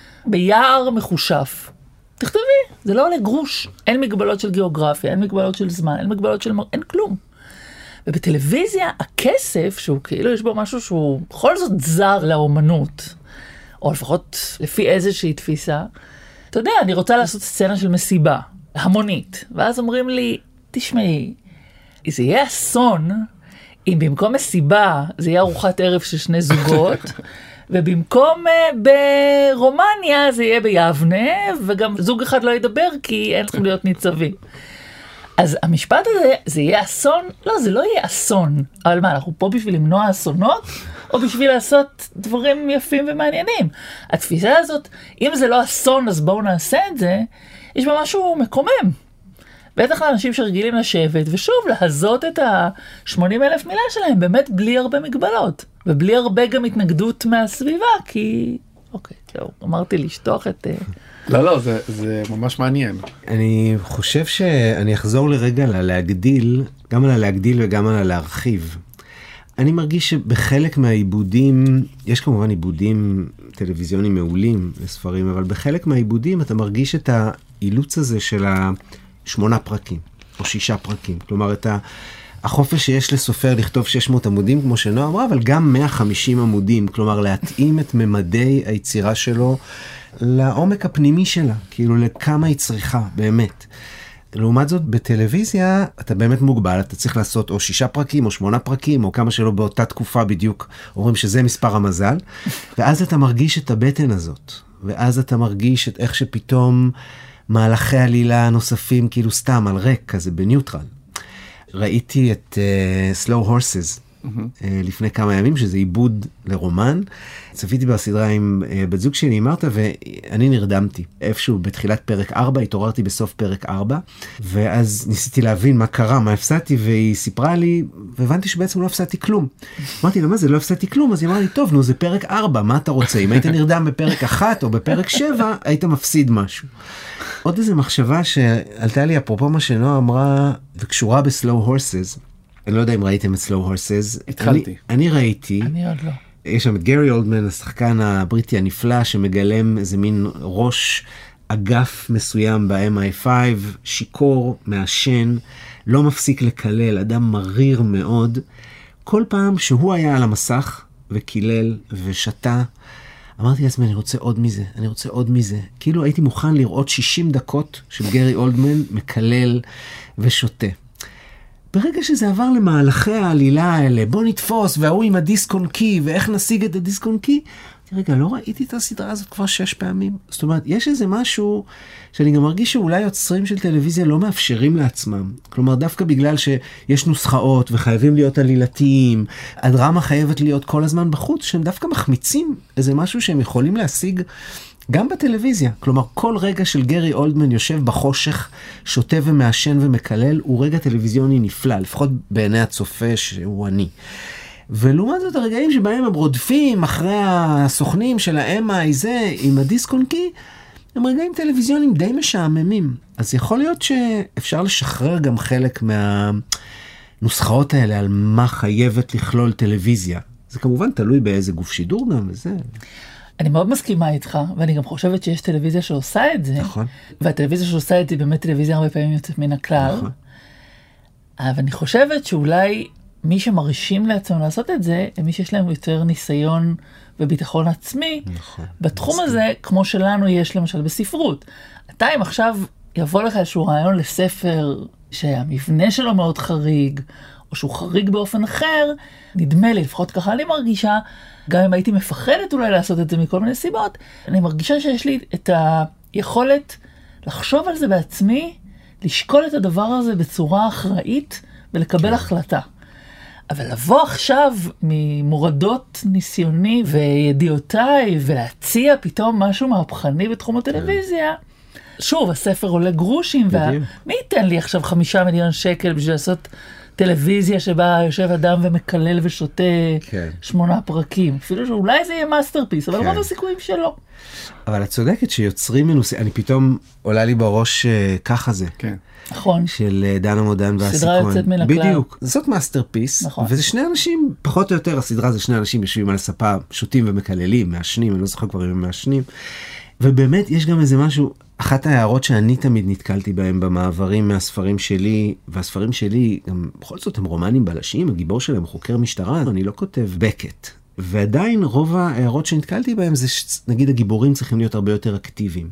ביער מחושף. תכתבי, זה לא עולה גרוש. אין מגבלות של גיאוגרפיה, אין מגבלות של זמן, אין מגבלות של... אין כלום. ובטלוויזיה, הכסף, שהוא כאילו יש בו משהו שהוא בכל זאת זר לאומנות, או לפחות לפי איזושהי תפיסה, אתה יודע, אני רוצה לעשות סצנה של מסיבה, המונית, ואז אומרים לי, תשמעי, זה יהיה אסון, אם במקום מסיבה, זה יהיה ארוחת ערב של 2 זוגות, ובמקום ברומניה, זה יהיה ביבנה, וגם זוג אחד לא ידבר, כי אין צריכים להיות ניצבים. אז המשפט הזה, זה יהיה אסון? לא, זה לא יהיה אסון. אבל מה, אנחנו פה בשביל למנוע אסונות, או בשביל לעשות דברים יפים ומעניינים? התפיסה הזאת, אם זה לא אסון, אז בואו נעשה את זה, יש בה משהו מקומם. בטח לאנשים שרגילים לשבת, ושוב, להזות את ה-80,000 מילה שלהם, באמת בלי הרבה מגבלות, ובלי הרבה גם התנגדות מהסביבה, כי... אוקיי, זהו, אמרתי לשטוח את... לא, זה ממש מעניין. אני חושב שאני אחזור לרגע להגדיל, גם על הלהגדיל וגם על הלהרחיב. אני מרגיש שבחלק מהעיבודים, יש כמובן עיבודים טלוויזיונים מעולים לספרים, אבל בחלק מהעיבודים אתה מרגיש את האילוץ הזה של 8 פרקים, או 6 פרקים. כלומר, את החופש שיש לסופר לכתוב 600 עמודים, כמו שנועה אמרה, אבל גם 150 עמודים. כלומר, להתאים את ממדי היצירה שלו לעומק הפנימי שלה, כאילו לכמה היא צריכה, באמת. לעומת זאת, בטלוויזיה אתה באמת מוגבל, אתה צריך לעשות או 6 פרקים או 8 פרקים, או כמה שלא באותה תקופה בדיוק, אומרים שזה מספר המזל, ואז אתה מרגיש את הבטן הזאת, ואז אתה מרגיש את איך שפתאום מהלכי עלילה נוספים, כאילו סתם על ריק, כזה בניוטרל. ראיתי את Slow Horses לפני כמה ימים, שזה עיבוד לרומן. צפיתי בסדרה עם בת זוג שלי, אמרת, ואני נרדמתי. איפשהו בתחילת פרק 4, התעוררתי בסוף פרק 4, ואז ניסיתי להבין מה קרה, מה הפסדתי, והיא סיפרה לי, והבנתי שבעצם לא הפסדתי כלום. אמרתי לה, מה זה, לא הפסדתי כלום? אז היא אמרה לי, טוב, נו, זה פרק 4, מה אתה רוצה? אם היית נרדם בפרק 1 או בפרק 7, היית מפסיד משהו. עוד איזו מחשבה שעלתה לי, אפרופו מה שנועה אמרה, וקשורה בסלואו הורסס. אני לא יודע אם ראיתם את סלואו הורסס. התחלתי. אני ראיתי. אני עוד לא. יש שם את גרי אולדמן, השחקן הבריטי הנפלא, שמגלם איזה מין ראש אגף מסוים ב-MI5, שיקור, מעשן, לא מפסיק לקלל, אדם מריר מאוד. כל פעם שהוא היה על המסך וקילל ושתה, אמרתי לעצמי, אני רוצה עוד מזה, אני רוצה עוד מזה. כאילו הייתי מוכן לראות 60 דקות של גרי אולדמן מקלל ושותה. ברגע שזה עבר למהלכי העלילה האלה, בוא נתפוס, והוא עם הדיסק און קי, ואיך נשיג את הדיסק און קי, רגע, לא ראיתי את הסדרה הזאת כבר 6 פעמים. זאת אומרת, יש איזה משהו שאני גם מרגיש שאולי יוצרים של טלוויזיה לא מאפשרים לעצמם. כלומר, דווקא בגלל שיש נוסחאות וחייבים להיות עלילתיים, הדרמה חייבת להיות כל הזמן בחוץ, שהם דווקא מחמיצים איזה משהו שהם יכולים להשיג גם בטלוויזיה. כלומר, כל רגע של גרי אולדמן יושב בחושך, שותה ומעשן ומקלל, הוא רגע טלוויזיוני נפלא, לפחות בעיני הצופה שהוא אני. ולעומת זאת הרגעים שבהם הם רודפים אחרי הסוכנים של ה-MI זה עם הדיסק און קי, הם רגעים טלוויזיונים די משעממים. אז יכול להיות שאפשר לשחרר גם חלק מהנוסחאות האלה על מה חייבת לכלול טלוויזיה. זה כמובן תלוי באיזה גוף שידור גם וזה. אני מאוד מסכימה איתך, ואני גם חושבת שיש טלוויזיה שעושה את זה. נכון. והטלוויזיה שעושה את זה באמת טלוויזיה הרבה פעמים יוצאת מן הכלל. נכון. אבל אני חושבת שאולי מי שמרשים לעצמם לעשות את זה, הם מי שיש להם יותר ניסיון וביטחון עצמי. נכון. בתחום הזה, כמו שלנו יש למשל בספרות. אתה אם עכשיו יבוא לך איזשהו רעיון לספר שהמבנה שלו מאוד חריג, או שהוא חריג באופן אחר, נדמה לי, לפחות ככה אני מרגישה, גם אם הייתי מפחדת אולי לעשות את זה מכל מיני סיבות, אני מרגישה שיש לי את היכולת לחשוב על זה בעצמי, לשקול את הדבר הזה בצורה אחראית ולקבל החלטה. אבל לבוא עכשיו ממורדות ניסיוני וידיעותיי ולהציע פתאום משהו מהפכני בתחום הטלוויזיה, שוב, הספר עולה גרושים, ומי ייתן לי עכשיו 5 מיליון שקל בשביל לעשות טלוויזיה שבה יושב אדם ומקלל ושותה 8 פרקים. אפילו שאולי זה יהיה מאסטרפיס, אבל רוב הסיכויים שלא. אבל את צודקת שיוצרים מנוסים, אני פתאום עולה לי בראש ככה זה. כן. נכון. של דן המודן והסיכון. סדרה יוצאת מן הכלל. בדיוק. זאת מאסטרפיס. נכון. וזה 2 אנשים, פחות או יותר, הסדרה זה 2 אנשים יושבים על הספה, שותים ומקללים, מעשנים, אני לא זוכר כבר אם הם מעשנים. ובאמת יש גם איזה משהו, אחת ההערות שאני תמיד נתקלתי בהם במעברים מהספרים שלי, והספרים שלי, גם בכל זאת הם רומנים בלשים, הגיבור שלהם חוקר משטרה, אני לא כותב בקט. ועדיין רוב ההערות שנתקלתי בהם זה, נגיד הגיבורים צריכים להיות הרבה יותר אקטיביים.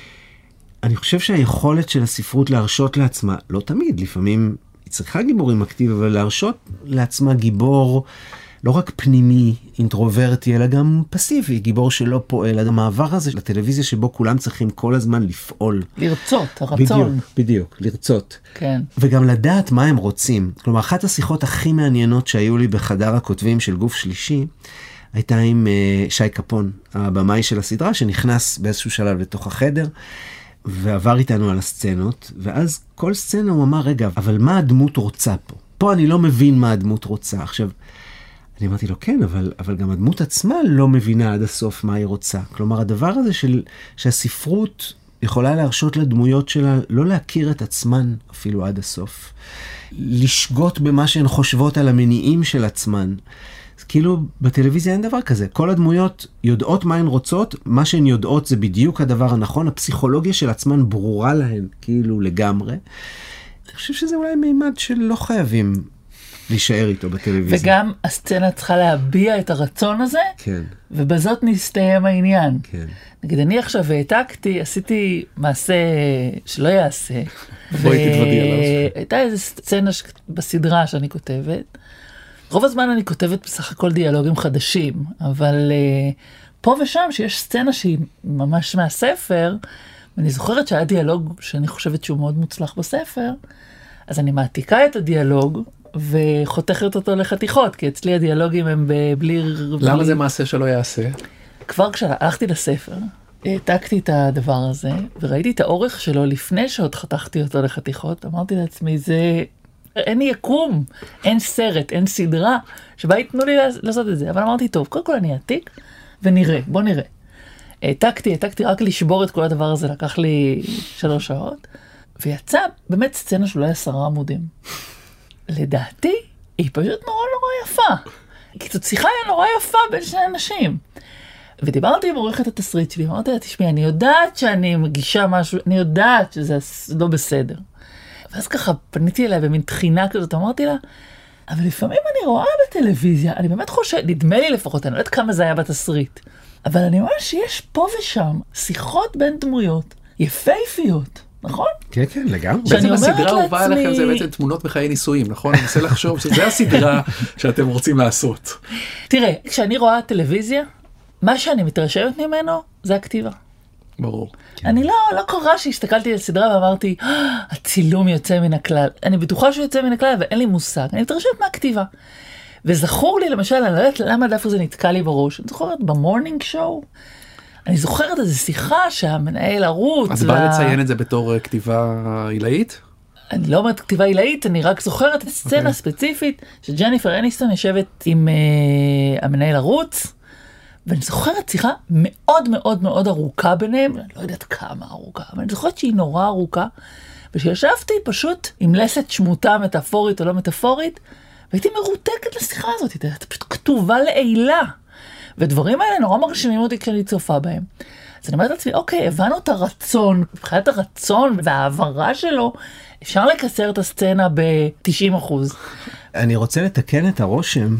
אני חושב שהיכולת של הספרות להרשות לעצמה, לא תמיד, לפעמים היא צריכה גיבורים אקטיביים, אבל להרשות לעצמה גיבור לא רק פנימי, אינטרוברטי, אלא גם פסיבי, גיבור שלא פועל. המעבר הזה לטלוויזיה שבו כולם צריכים כל הזמן לפעול. לרצות, הרצון. בדיוק, לרצות. כן. וגם לדעת מה הם רוצים. כלומר, אחת השיחות הכי מעניינות שהיו לי בחדר הכותבים של גוף שלישי, הייתה עם שי קפון, הבמאי של הסדרה, שנכנס באיזשהו שלב לתוך החדר, ועבר איתנו על הסצנות, ואז כל סצנה הוא אמר, רגע, אבל מה הדמות רוצה פה? פה אני לא מבין מה הדמות רוצה. עכשיו, אני אמרתי לו, כן, אבל גם הדמות עצמה לא מבינה עד הסוף מה היא רוצה. כלומר, הדבר הזה שהספרות יכולה להרשות לדמויות שלה לא להכיר את עצמן אפילו עד הסוף. לשגות במה שהן חושבות על המניעים של עצמן. כאילו, בטלוויזיה אין דבר כזה. כל הדמויות יודעות מה הן רוצות, מה שהן יודעות זה בדיוק הדבר הנכון, הפסיכולוגיה של עצמן ברורה להן, כאילו לגמרי. אני חושב שזה אולי מימד שלא חייבים להישאר איתו בטלוויזיה. וגם הסצנה צריכה להביע את הרצון הזה, כן. ובזאת נסתיים העניין. כן. נגיד, אני עכשיו העתקתי, עשיתי מעשה שלא יעשה. בואי תתוודי עליו. הייתה איזו סצנה בסדרה שאני כותבת. רוב הזמן אני כותבת בסך הכל דיאלוגים חדשים, אבל פה ושם שיש סצנה שהיא ממש מהספר, ואני זוכרת שהיה דיאלוג שאני חושבת שהוא מאוד מוצלח בספר, אז אני מעתיקה את הדיאלוג, וחותכת אותו לחתיכות, כי אצלי הדיאלוגים הם בלי... למה זה מעשה שלא יעשה? כבר כשהלכתי לספר, העתקתי את הדבר הזה, וראיתי את האורך שלו לפני שעוד חתכתי אותו לחתיכות, אמרתי לעצמי, זה... אין יקום, אין סרט, אין סדרה, שבה ייתנו לי לעשות את זה. אבל אמרתי, טוב, קודם כל אני אעתיק, ונראה, בוא נראה. העתקתי רק לשבור את כל הדבר הזה, לקח לי 3 שעות, ויצא באמת סצנה של אולי 10 עמודים. לדעתי, היא פשוט נורא יפה. כי זאת שיחה היה נורא יפה בין שני אנשים. ודיברתי עם עורכת התסריט שלי, אמרתי לה, תשמעי, אני יודעת שאני מגישה משהו, אני יודעת שזה לא בסדר. ואז ככה פניתי אליה במין תחינה כזאת, אמרתי לה, אבל לפעמים אני רואה בטלוויזיה, אני באמת חושבת, נדמה לי לפחות, אני לא יודעת כמה זה היה בתסריט, אבל אני רואה שיש פה ושם שיחות בין דמויות, יפהפיות, נכון? כן, כן, לגמרי. בעצם הסדרה הובאה לכם זה בעצם תמונות בחיי נישואים, נכון? אני מנסה לחשוב שזה הסדרה שאתם רוצים לעשות. תראה, כשאני רואה טלוויזיה, מה שאני מתרשמת ממנו זה הכתיבה. ברור. אני לא קורה שהסתכלתי על סדרה ואמרתי, הצילום יוצא מן הכלל. אני בטוחה שהוא יוצא מן הכלל, אבל אין לי מושג. אני מתרשמת מהכתיבה. וזכור לי, למשל, אני לא יודעת למה דווקא זה נתקע לי בראש. אני זוכרת במורנינג שואו, אני זוכרת איזו שיחה שהמנהל ערוץ... אז בא לציין את זה בתור כתיבה עילאית? אני לא אומרת כתיבה עילאית, אני רק זוכרת את סצנה ספציפית, שג'ניפר אניסטון יושבת עם המנהל ערוץ, ואני זוכרת שיחה מאוד מאוד מאוד ארוכה ביניהם, אני לא יודעת כמה ארוכה, אבל אני זוכרת שהיא נורא ארוכה, ושישבתי פשוט עם לסת שמוטה מטאפורית או לא מטאפורית, והייתי מרותקת לשיחה הזאת, הייתה פשוט כתובה לעילה, ודברים האלה נורא מרשימים אותי כשאני צופה בהם. אז אני אומרת לעצמי, אוקיי, הבנו את הרצון, מבחינת הרצון והעברה שלו, אפשר לקצר את הסצנה ב-90%. אני רוצה לתקן את הרושם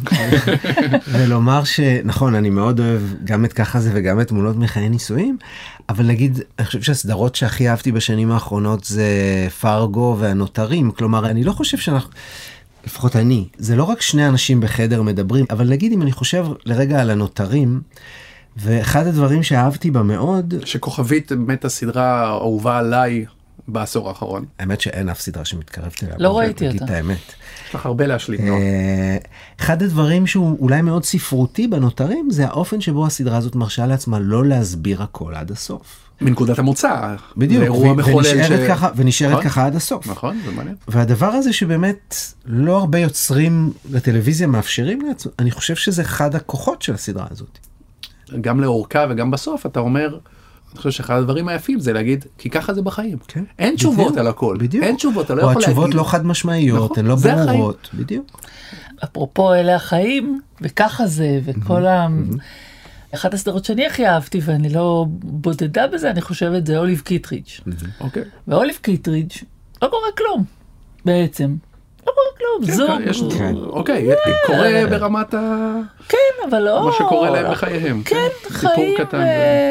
ולומר שנכון, אני מאוד אוהב גם את ככה זה וגם את תמונות מחיי נישואים, אבל נגיד, אני חושב שהסדרות שהכי אהבתי בשנים האחרונות זה פארגו והנותרים, כלומר, אני לא חושב שאנחנו... לפחות אני, זה לא רק שני אנשים בחדר מדברים, אבל נגיד אם אני חושב לרגע על הנותרים, ואחד הדברים שאהבתי בה מאוד... שכוכבית באמת הסדרה אהובה עליי בעשור האחרון. האמת שאין אף סדרה שמתקרבת אליה. לא ראיתי אותה. את האמת. יש לך הרבה להשלים. נועה. אחד הדברים שהוא אולי מאוד ספרותי בנותרים, זה האופן שבו הסדרה הזאת מרשה לעצמה לא להסביר הכל עד הסוף. מנקודת המוצא. בדיוק, ונשארת ככה עד הסוף. נכון, זה מעניין. והדבר הזה שבאמת לא הרבה יוצרים לטלוויזיה מאפשרים לעצמם, אני חושב שזה אחד הכוחות של הסדרה הזאת. גם לאורכה וגם בסוף אתה אומר, אני חושב שאחד הדברים היפים זה להגיד, כי ככה זה בחיים. כן. אין תשובות על הכל. בדיוק. אין תשובות, אתה לא או יכול להגיד. התשובות לא חד משמעיות, נכון, הן לא זה ברורות. בדיוק. אפרופו אלה החיים, וככה זה, וכל אחת הסדרות שאני הכי אהבתי, ואני לא בודדה בזה, אני חושבת, זה אוליב קיטרידג'. אוקיי. ואוליב קיטרידג' לא קורה כלום, בעצם. לא קורה כלום, זוג. אוקיי, קורה ברמת ה... כן, אבל לא... מה שקורה להם בחייהם. כן, חיים. סיפור קטן.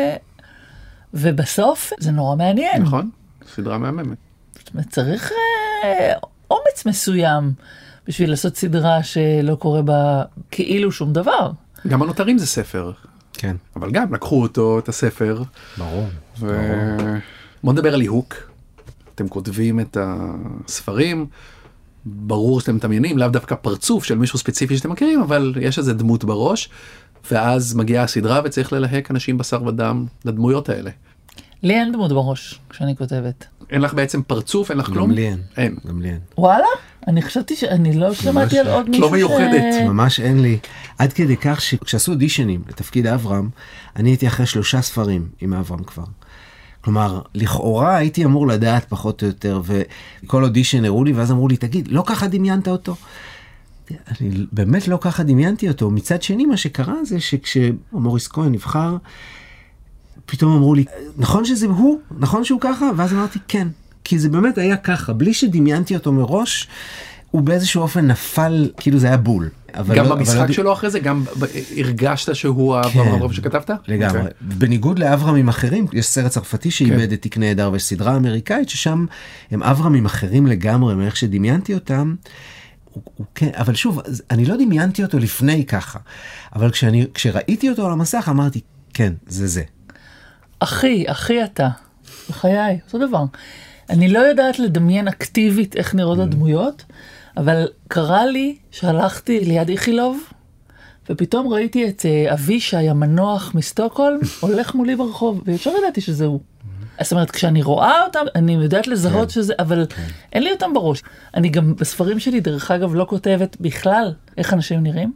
ובסוף זה נורא מעניין. נכון, סדרה מהממת. זאת אומרת, צריך אומץ מסוים בשביל לעשות סדרה שלא קורה בה כאילו שום דבר. גם הנותרים זה ספר. כן. אבל גם לקחו אותו, את הספר. ברור. בוא נדבר על ליהוק. אתם כותבים את הספרים, ברור שאתם מתעניינים, לאו דווקא פרצוף של מישהו ספציפי שאתם מכירים, אבל יש איזה דמות בראש, ואז מגיעה הסדרה וצריך ללהק אנשים בשר ודם לדמויות האלה. לי אין דמות בראש כשאני כותבת. אין לך בעצם פרצוף, אין לך כלום? גם לי אין. אין. גם לי אין. וואלה? אני חשבתי שאני לא שמעתי על עוד מישהו לא מיוחדת. ממש אין לי. עד כדי כך שכשעשו אודישנים לתפקיד אברהם, אני הייתי אחרי 3 ספרים עם אברהם כבר. כלומר, לכאורה הייתי אמור לדעת פחות או יותר, וכל אודישן הראו לי, ואז אמרו לי, תגיד, לא ככה דמיינת אותו? אני באמת לא ככה דמיינתי אותו. מצד שני, מה שקרה זה שכשמוריס כהן נבחר, פתאום אמרו לי, נכון שזה הוא? נכון שהוא ככה? ואז אמרתי, כן. כי זה באמת היה ככה. בלי שדמיינתי אותו מראש, הוא באיזשהו אופן נפל, כאילו זה היה בול. גם במשחק שלו אחרי זה, גם הרגשת שהוא האברהם שכתבת? לגמרי. בניגוד לאברהמים אחרים, יש סרט צרפתי שאיבד את תיק נהדר, ויש סדרה אמריקאית ששם הם אברהמים אחרים לגמרי, מאיך שדמיינתי אותם. אבל שוב, אני לא דמיינתי אותו לפני ככה, אבל כשראיתי אותו על המסך אמרתי, כן, זה. אחי אתה, בחיי, אותו דבר. אני לא יודעת לדמיין אקטיבית איך נראות הדמויות, אבל קרה לי שהלכתי ליד איכילוב, ופתאום ראיתי את אבישי המנוח מסטוקהולם, הולך מולי ברחוב, וישר ידעתי שזה הוא. זאת אומרת, כשאני רואה אותם, אני יודעת לזהות שזה, אבל אין לי אותם בראש. אני גם בספרים שלי, דרך אגב, לא כותבת בכלל איך אנשים נראים,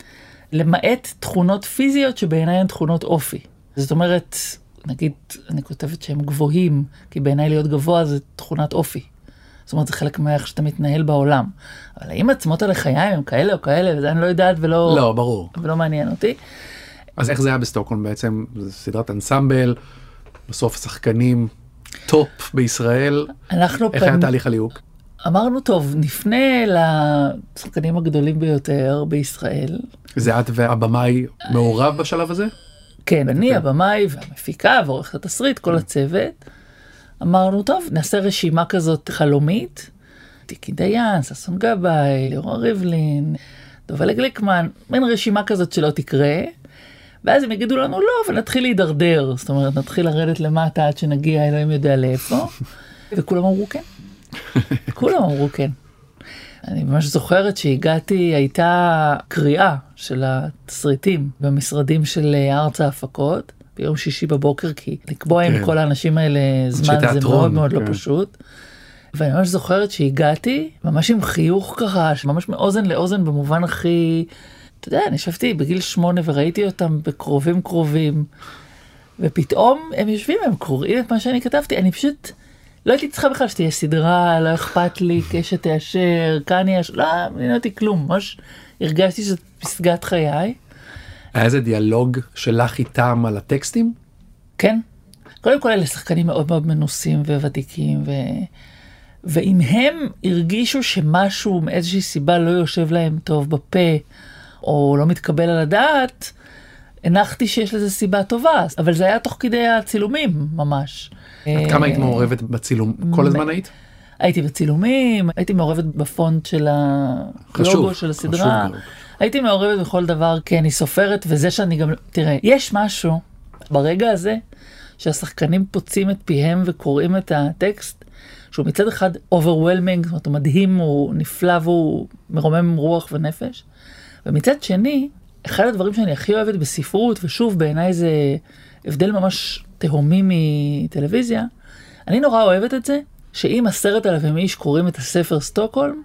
למעט תכונות פיזיות שבעיניי הן תכונות אופי. זאת אומרת, נגיד, אני כותבת שהם גבוהים, כי בעיניי להיות גבוה זה תכונת אופי. זאת אומרת, זה חלק מאיך שאתה מתנהל בעולם. אבל האם עצמות על החיים הם כאלה או כאלה, וזה אני לא יודעת ולא... לא, ברור. ולא מעניין אותי. אז איך זה היה בסטוקהולם בעצם? זה סדרת אנסמבל, בסוף שחקנים טופ בישראל. איך היה תהליך הליהוק? אמרנו, טוב, נפנה לשחקנים הגדולים ביותר בישראל. זה את והבמאי מעורב בשלב הזה? כן, אני, הבמאי והמפיקה ועורכת התסריט, כל הצוות. אמרנו, טוב, נעשה רשימה כזאת חלומית. טיקי דיין, ששון גבאי, ליאור ריבלין, דובל גליקמן, מין רשימה כזאת שלא תקרה. ואז הם יגידו לנו לא, ונתחיל להידרדר. זאת אומרת, נתחיל לרדת למטה עד שנגיע, אלוהים יודע לאיפה. וכולם אמרו כן. כולם אמרו כן. אני ממש זוכרת שהגעתי, הייתה קריאה של התסריטים במשרדים של ארץ ההפקות, ביום שישי בבוקר, כי לקבוע עם כל האנשים האלה זמן זה מאוד מאוד לא פשוט. ואני ממש זוכרת שהגעתי, ממש עם חיוך ככה, ממש מאוזן לאוזן במובן הכי... אתה יודע, אני ישבתי בגיל 8 וראיתי אותם בקרובים קרובים, ופתאום הם יושבים, הם קוראים את מה שאני כתבתי, אני פשוט... לא הייתי צריכה בכלל שתהיה סדרה, לא אכפת לי, קשת תאשר, כאן יש, לא, לא אותי כלום, ממש הרגשתי שזאת פסגת חיי. היה איזה דיאלוג שלך איתם על הטקסטים? כן. קודם כל אלה שחקנים מאוד מאוד מנוסים וותיקים, ואם הם הרגישו שמשהו מאיזושהי סיבה לא יושב להם טוב בפה, או לא מתקבל על הדעת, הנחתי שיש לזה סיבה טובה, אבל זה היה תוך כדי הצילומים ממש. עד כמה היית מעורבת בצילום? כל הזמן היית? הייתי בצילומים, הייתי מעורבת בפונט של הלוגו של הסדרה. הייתי מעורבת בכל דבר, כי אני סופרת, וזה שאני גם... תראה, יש משהו ברגע הזה, שהשחקנים פוצים את פיהם וקוראים את הטקסט, שהוא מצד אחד overwhelming, זאת אומרת, הוא מדהים, הוא נפלא והוא מרומם רוח ונפש. ומצד שני, אחד הדברים שאני הכי אוהבת בספרות, ושוב בעיניי זה הבדל ממש תהומי מטלוויזיה, אני נורא אוהבת את זה, שאם 10,000 איש קוראים את הספר סטוקהולם,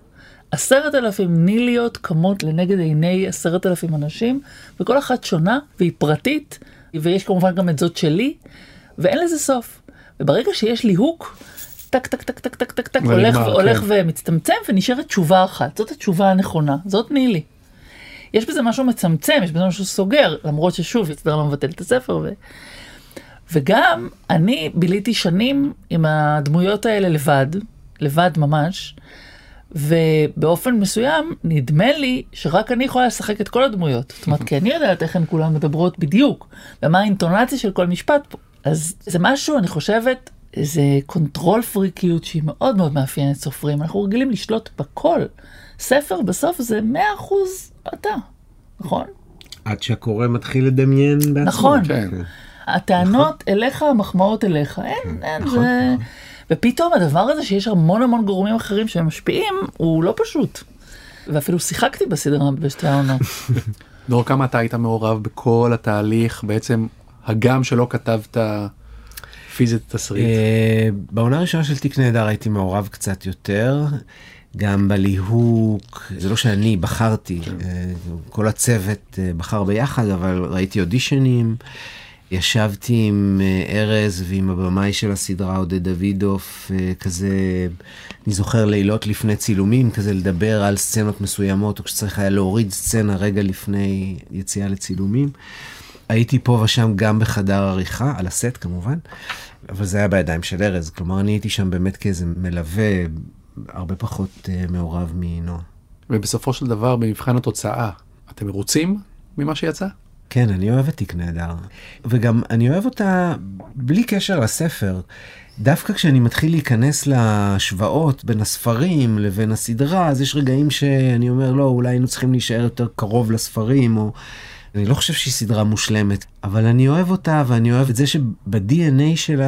10,000 ניליות קמות לנגד עיני 10,000 אנשים, וכל אחת שונה והיא פרטית, ויש כמובן גם את זאת שלי, ואין לזה סוף. וברגע שיש לי הוק, טק, טק, טק, טק, טק, טק, טק, הולך ומצטמצם, ונשארת תשובה אחת. זאת התשובה הנכונה, זאת נילי. יש בזה משהו מצמצם, יש בזה משהו סוגר, למרות ששוב, יצטרך לא מבטל את הספר. וגם אני ביליתי שנים עם הדמויות האלה לבד ממש, ובאופן מסוים נדמה לי שרק אני יכולה לשחק את כל הדמויות. זאת אומרת, כי אני יודעת איך הן כולן מדברות בדיוק, ומה האינטונציה של כל משפט פה. אז זה משהו, אני חושבת, איזה קונטרול פריקיות שהיא מאוד מאוד מאפיינת סופרים. אנחנו רגילים לשלוט בכל. ספר בסוף זה 100% אתה, נכון? עד שהקורא מתחיל לדמיין בעצמו. נכון. כן. הטענות אליך, המחמאות אליך, אין, זה... ופתאום הדבר הזה שיש המון גורמים אחרים שמשפיעים, הוא לא פשוט. ואפילו שיחקתי בסדרה בשתי העונות. דור, כמה אתה היית מעורב בכל התהליך, בעצם הגם שלא כתבת פיזית תסריט? בעונה הראשונה של תיק נהדר הייתי מעורב קצת יותר, גם בליהוק, זה לא שאני בחרתי, כל הצוות בחר ביחד, אבל ראיתי אודישנים, ישבתי עם ארז ועם הבמאי של הסדרה עודד דוידוף, כזה, אני זוכר לילות לפני צילומים, כזה לדבר על סצנות מסוימות, או כשצריך היה להוריד סצנה רגע לפני יציאה לצילומים. הייתי פה ושם גם בחדר עריכה, על הסט כמובן, אבל זה היה בידיים של ארז, כלומר אני הייתי שם באמת כאיזה מלווה, הרבה פחות מעורב מנועה. ובסופו של דבר, במבחן התוצאה, אתם מרוצים ממה שיצא? כן, אני אוהב את תיק נהדר. וגם אני אוהב אותה בלי קשר לספר. דווקא כשאני מתחיל להיכנס להשוואות בין הספרים לבין הסדרה, אז יש רגעים שאני אומר, לא, אולי היינו צריכים להישאר יותר קרוב לספרים, או... אני לא חושב שהיא סדרה מושלמת, אבל אני אוהב אותה, ואני אוהב את זה שב-DNA שלה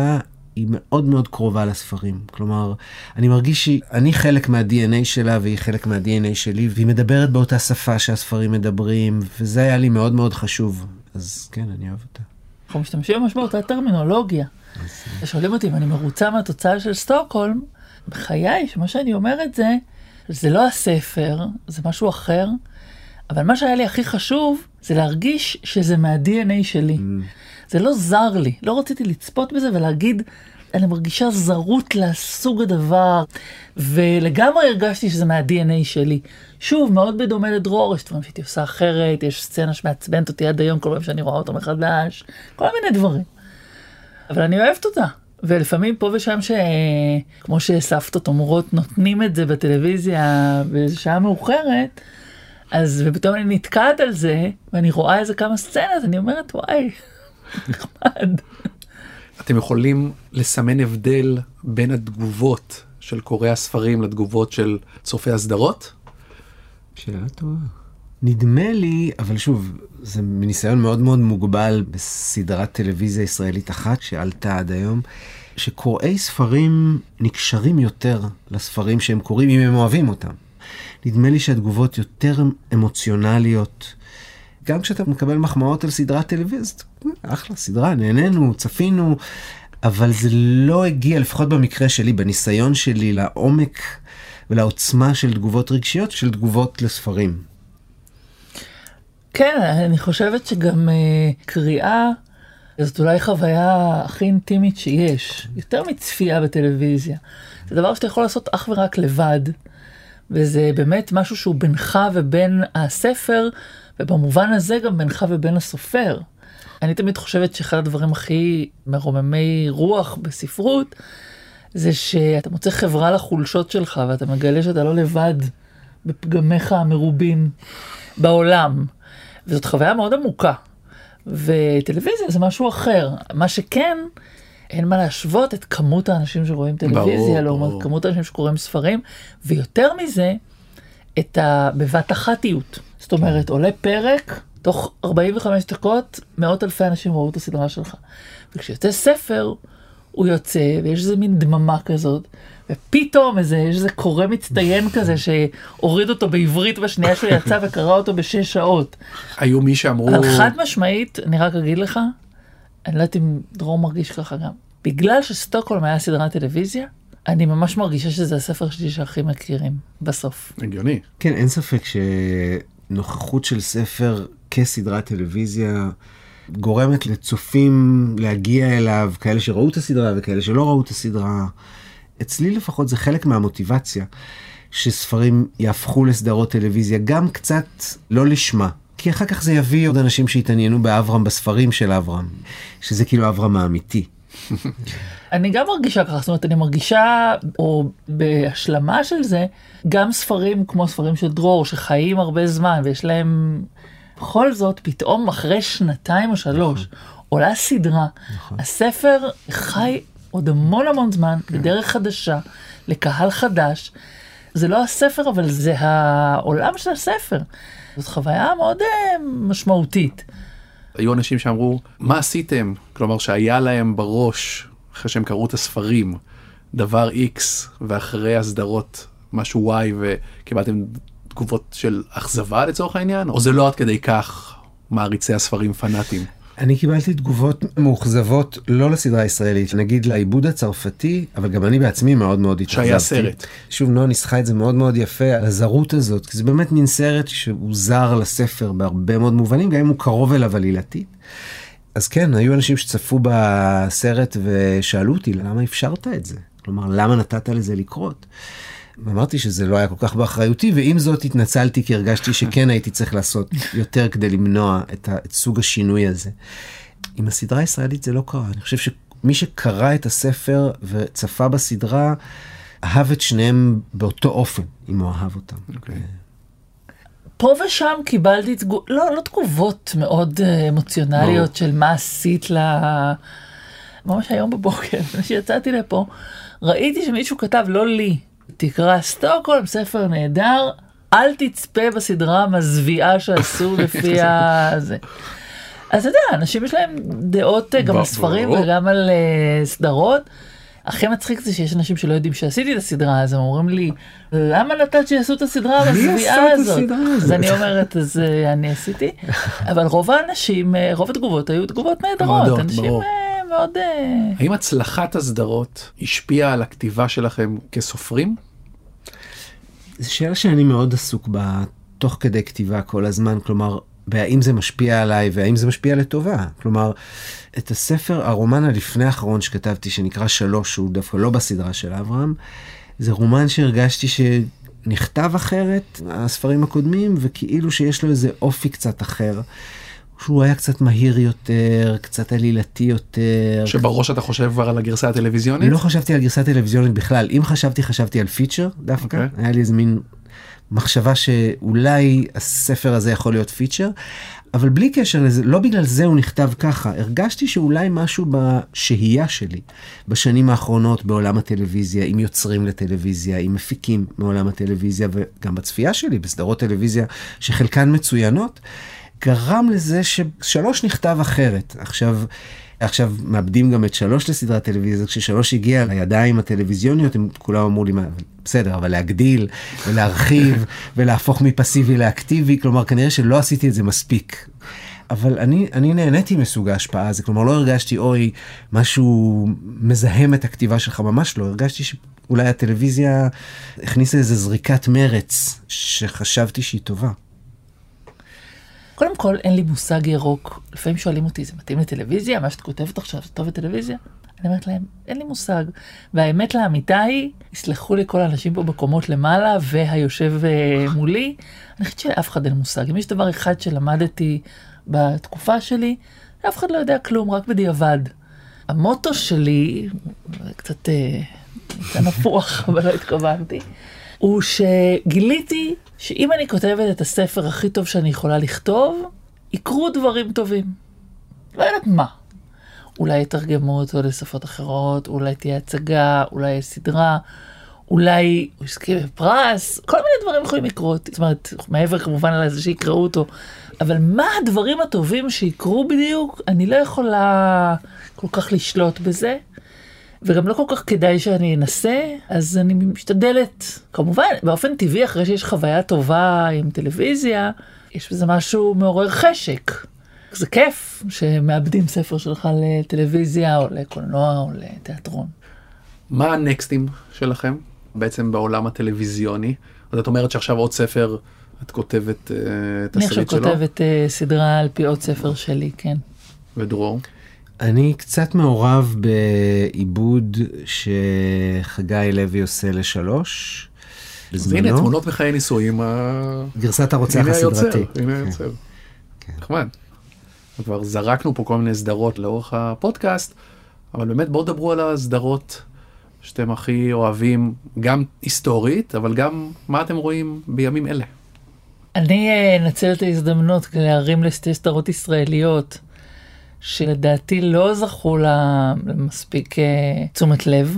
היא מאוד מאוד קרובה לספרים. כלומר, אני מרגיש שאני חלק מה-DNA שלה והיא חלק מה-DNA שלי, והיא מדברת באותה שפה שהספרים מדברים, וזה היה לי מאוד מאוד חשוב. אז כן, אני אוהב אותה. אנחנו משתמשים ממש באותה טרמינולוגיה. שואלים אותי אם אני מרוצה מהתוצאה של סטוקהולם, בחיי, שמה שאני אומרת זה לא הספר, זה משהו אחר, אבל מה שהיה לי הכי חשוב, זה להרגיש שזה מה-DNA שלי. זה לא זר לי, לא רציתי לצפות בזה ולהגיד, אני מרגישה זרות לסוג הדבר, ולגמרי הרגשתי שזה מה-DNA שלי. שוב, מאוד בדומה לדרור, יש דברים שהייתי עושה אחרת, יש סצנה שמעצבנת אותי עד היום, כל פעם שאני רואה אותו מחדש, כל מיני דברים. אבל אני אוהבת אותה. ולפעמים פה ושם כמו שסבתות אומרות, נותנים את זה בטלוויזיה בשעה מאוחרת, אז ופתאום אני נתקעת על זה, ואני רואה איזה כמה סצנות, אני אומרת, וואי, נחמד. אתם יכולים לסמן הבדל בין התגובות של קוראי הספרים לתגובות של צופי הסדרות? שאלה טובה. נדמה לי, אבל שוב, זה מניסיון מאוד מאוד מוגבל בסדרת טלוויזיה ישראלית אחת שעלתה עד היום, שקוראי ספרים נקשרים יותר לספרים שהם קוראים אם הם אוהבים אותם. נדמה לי שהתגובות יותר אמוציונליות. גם כשאתה מקבל מחמאות על סדרת טלוויזיה, אחלה, סדרה, נהנינו, צפינו, אבל זה לא הגיע, לפחות במקרה שלי, בניסיון שלי, לעומק ולעוצמה של תגובות רגשיות, של תגובות לספרים. כן, אני חושבת שגם קריאה, זאת אולי חוויה הכי אינטימית שיש, יותר מצפייה בטלוויזיה. זה דבר שאתה יכול לעשות אך ורק לבד, וזה באמת משהו שהוא בינך ובין הספר, ובמובן הזה גם בינך ובין הסופר. אני תמיד חושבת שאחד הדברים הכי מרוממי רוח בספרות, זה שאתה מוצא חברה לחולשות שלך, ואתה מגלה שאתה לא לבד בפגמיך המרובים בעולם. וזאת חוויה מאוד עמוקה. וטלוויזיה זה משהו אחר. מה שכן, אין מה להשוות את כמות האנשים שרואים טלוויזיה, לעומת כמות האנשים שקוראים ספרים, ויותר מזה, בבת אחתיות. זאת אומרת, עולה פרק, תוך 45 דקות, מאות אלפי אנשים ראו את הסדרה שלך. וכשיוצא ספר, הוא יוצא, ויש איזה מין דממה כזאת, ופתאום יש איזה קורא מצטיין כזה, שהוריד אותו בעברית בשנייה שהוא יצא, וקרא אותו ב6 שעות. היו מי שאמרו... על חד משמעית, אני רק אגיד לך, אני לא יודעת אם דרור מרגיש ככה גם. בגלל שסטוקהולם היה סדרת טלוויזיה, אני ממש מרגישה שזה הספר שלי שהכי מכירים, בסוף. הגיוני. כן, אין ספק שנוכחות של ספר כסדרת טלוויזיה גורמת לצופים להגיע אליו, כאלה שראו את הסדרה וכאלה שלא ראו את הסדרה. אצלי לפחות זה חלק מהמוטיבציה, שספרים יהפכו לסדרות טלוויזיה, גם קצת לא לשמה. כי אחר כך זה יביא עוד אנשים שהתעניינו באברהם, בספרים של אברהם, שזה כאילו אברהם האמיתי. אני גם מרגישה ככה, זאת אומרת, אני מרגישה, או בהשלמה של זה, גם ספרים כמו ספרים של דרור, שחיים הרבה זמן, ויש להם, בכל זאת, פתאום אחרי 2 או 3, עולה סדרה, הספר חי עוד המון זמן, בדרך חדשה, לקהל חדש. זה לא הספר, אבל זה העולם של הספר. זאת חוויה מאוד משמעותית. היו אנשים שאמרו, מה עשיתם? כלומר, שהיה להם בראש, אחרי שהם קראו את הספרים, דבר X, ואחרי הסדרות משהו Y, וקיבלתם תגובות של אכזבה לצורך העניין? או זה לא עד כדי כך מעריצי הספרים פנאטים? אני קיבלתי תגובות מאוכזבות, לא לסדרה הישראלית, נגיד לעיבוד הצרפתי, אבל גם אני בעצמי מאוד מאוד התאכזבתי. שהיה סרט. שוב, נועה ניסחה את זה מאוד מאוד יפה, הזרות הזאת, כי זה באמת מין סרט שהוא זר לספר בהרבה מאוד מובנים, גם אם הוא קרוב אליו עלילתית. אז כן, היו אנשים שצפו בסרט ושאלו אותי, למה אפשרת את זה? כלומר, למה נתת לזה לקרות? אמרתי שזה לא היה כל כך באחריותי, ועם זאת התנצלתי כי הרגשתי שכן הייתי צריך לעשות יותר כדי למנוע את סוג השינוי הזה. עם הסדרה הישראלית זה לא קרה. אני חושב שמי שקרא את הספר וצפה בסדרה, אהב את שניהם באותו אופן, אם הוא אהב אותם. פה ושם קיבלתי לא תגובות מאוד אמוציונליות של מה עשית לה... ממש היום בבוקר, כשיצאתי לפה, ראיתי שמישהו כתב, לא לי, תקרא סטוקהולם, ספר נהדר, אל תצפה בסדרה המזוויעה שעשו לפי הזה. אז אתה יודע, אנשים יש להם דעות גם על ספרים וגם על סדרות. הכי מצחיק זה שיש אנשים שלא יודעים שעשיתי את הסדרה, אז הם אומרים לי, למה נתת שיעשו את הסדרה המזוויעה הזאת? אז אני אומרת, אז אני עשיתי. אבל רוב האנשים, רוב התגובות היו תגובות נהדרות. אנשים מאוד... האם הצלחת הסדרות השפיעה על הכתיבה שלכם כסופרים? זו שאלה שאני מאוד עסוק בה תוך כדי כתיבה כל הזמן, כלומר, והאם זה משפיע עליי, והאם זה משפיע לטובה. כלומר, את הספר, הרומן הלפני האחרון שכתבתי, שנקרא 3, שהוא דווקא לא בסדרה של אברהם, זה רומן שהרגשתי שנכתב אחרת, הספרים הקודמים, וכאילו שיש לו איזה אופי קצת אחר, שהוא היה קצת מהיר יותר, קצת עלילתי יותר. שבראש אתה חושב כבר על הגרסה הטלוויזיונית? לא חשבתי על גרסה טלוויזיונית בכלל. אם חשבתי על פיצ'ר דווקא. היה לי איזה מין מחשבה שאולי הספר הזה יכול להיות פיצ'ר, אבל בלי קשר לזה, לא בגלל זה הוא נכתב ככה. הרגשתי שאולי משהו בשהייה שלי, בשנים האחרונות בעולם הטלוויזיה, עם יוצרים לטלוויזיה, עם מפיקים מעולם הטלוויזיה, וגם בצפייה שלי, בסדרות טלוויזיה, שחלקן מצוינות, גרם לזה ש3 נכתב אחרת. עכשיו מאבדים גם את 3 לסדרת טלוויזיה, כש3 הגיע לידיים הטלוויזיוניות, הם כולם אמרו לי, בסדר, אבל להגדיל ולהרחיב ולהפוך מפסיבי לאקטיבי, כלומר כנראה שלא עשיתי את זה מספיק. אבל אני נהניתי מסוג ההשפעה הזה, כלומר לא הרגשתי, אוי, משהו מזהם את הכתיבה שלך, ממש לא, הרגשתי שאולי הטלוויזיה הכניסה איזו זריקת מרץ, שחשבתי שהיא טובה. קודם כל, אין לי מושג ירוק. לפעמים שואלים אותי, זה מתאים לטלוויזיה? מה שאת כותבת עכשיו, זה טוב לטלוויזיה? אני אומרת להם, אין לי מושג. והאמת לאמיתה היא, יסלחו לי כל האנשים פה בקומות למעלה, והיושב מולי, אני חושבת שאף אחד אין מושג. אם יש דבר אחד שלמדתי בתקופה שלי, אף אחד לא יודע כלום, רק בדיעבד. המוטו שלי, קצת נפוח, אבל לא התכוונתי, הוא שגיליתי שאם אני כותבת את הספר הכי טוב שאני יכולה לכתוב, יקרו דברים טובים. לא יודעת מה. אולי יתרגמו אותו לשפות אחרות, אולי תהיה הצגה, אולי סדרה, אולי הוא יזכה בפרס, כל מיני דברים יכולים לקרות. זאת אומרת, מעבר כמובן על זה שיקראו אותו. אבל מה הדברים הטובים שיקרו בדיוק? אני לא יכולה כל כך לשלוט בזה. וגם לא כל כך כדאי שאני אנסה, אז אני משתדלת. כמובן, באופן טבעי, אחרי שיש חוויה טובה עם טלוויזיה, יש בזה משהו מעורר חשק. זה כיף שמאבדים ספר שלך לטלוויזיה, או לקולנוע, או לתיאטרון. מה הנקסטים שלכם בעצם בעולם הטלוויזיוני? אז את אומרת שעכשיו עוד ספר, את כותבת את הסרט שלו? אני עכשיו כותבת סדרה על פי עוד ספר שלי, כן. ודרור? אני קצת מעורב בעיבוד שחגי לוי עושה ל3. אז הנה, תמונות בחיי נישואים. גרסת הרוצח הסדרתי. הנה היוצר. נחמד. כבר זרקנו פה כל מיני סדרות לאורך הפודקאסט, אבל באמת בואו דברו על הסדרות שאתם הכי אוהבים, גם היסטורית, אבל גם מה אתם רואים בימים אלה. אני אנצל את ההזדמנות כדי להרים לשתי סדרות ישראליות, שלדעתי לא זכו למספיק תשומת לב.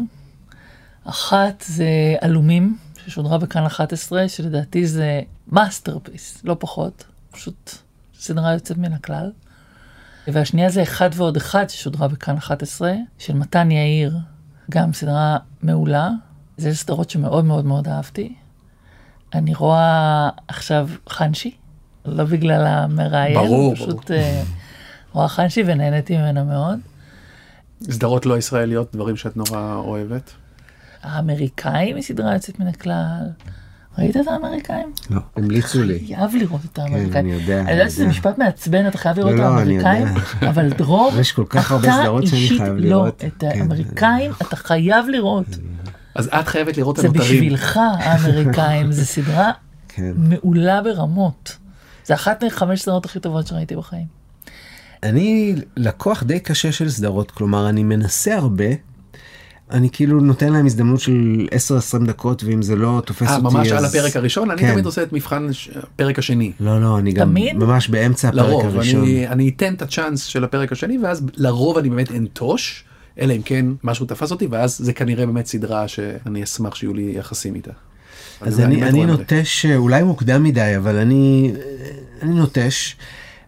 אחת זה אלומים, ששודרה בכאן 11, שלדעתי זה מאסטרפיס, לא פחות, פשוט סדרה יוצאת מן הכלל. והשנייה זה אחד ועוד אחד, ששודרה בכאן 11, של מתן יאיר, גם סדרה מעולה. זה סדרות שמאוד מאוד מאוד אהבתי. אני רואה עכשיו חנשי, לא בגלל המראיין, ברור, פשוט רואה חנשי ונהניתי ממנה מאוד. סדרות לא ישראליות, דברים שאת נורא אוהבת? האמריקאים היא סדרה יוצאת מן הכלל. ראית את האמריקאים? לא, המליצו לי. חייב לראות את האמריקאים. כן, אני יודע. אני יודעת שזה משפט מעצבן, אתה חייב לראות את האמריקאים, אבל דרור, יש כל כך הרבה סדרות שאני חייב לראות. את האמריקאים אתה חייב לראות. אז את חייבת לראות את זה הנותרים. בשבילך, האמריקאים, זה סדרה מעולה ברמות. זה אחת מ5 סדרות הכי טובות שראיתי בחיים. אני לקוח די קשה של סדרות, כלומר אני מנסה הרבה, אני כאילו נותן להם הזדמנות של 10-20 דקות, ואם זה לא תופס אותי ממש על הפרק הראשון? אני תמיד עושה את מבחן הפרק השני. לא, אני גם ממש באמצע הפרק הראשון. לרוב, אני אתן את הצ'אנס של הפרק השני, ואז לרוב אני באמת אנטוש, אלא אם כן משהו תפס אותי, ואז זה כנראה באמת סדרה שאני אשמח שיהיו לי יחסים איתה. אז אני נוטש, אולי מוקדם מדי, אבל אני נוטש,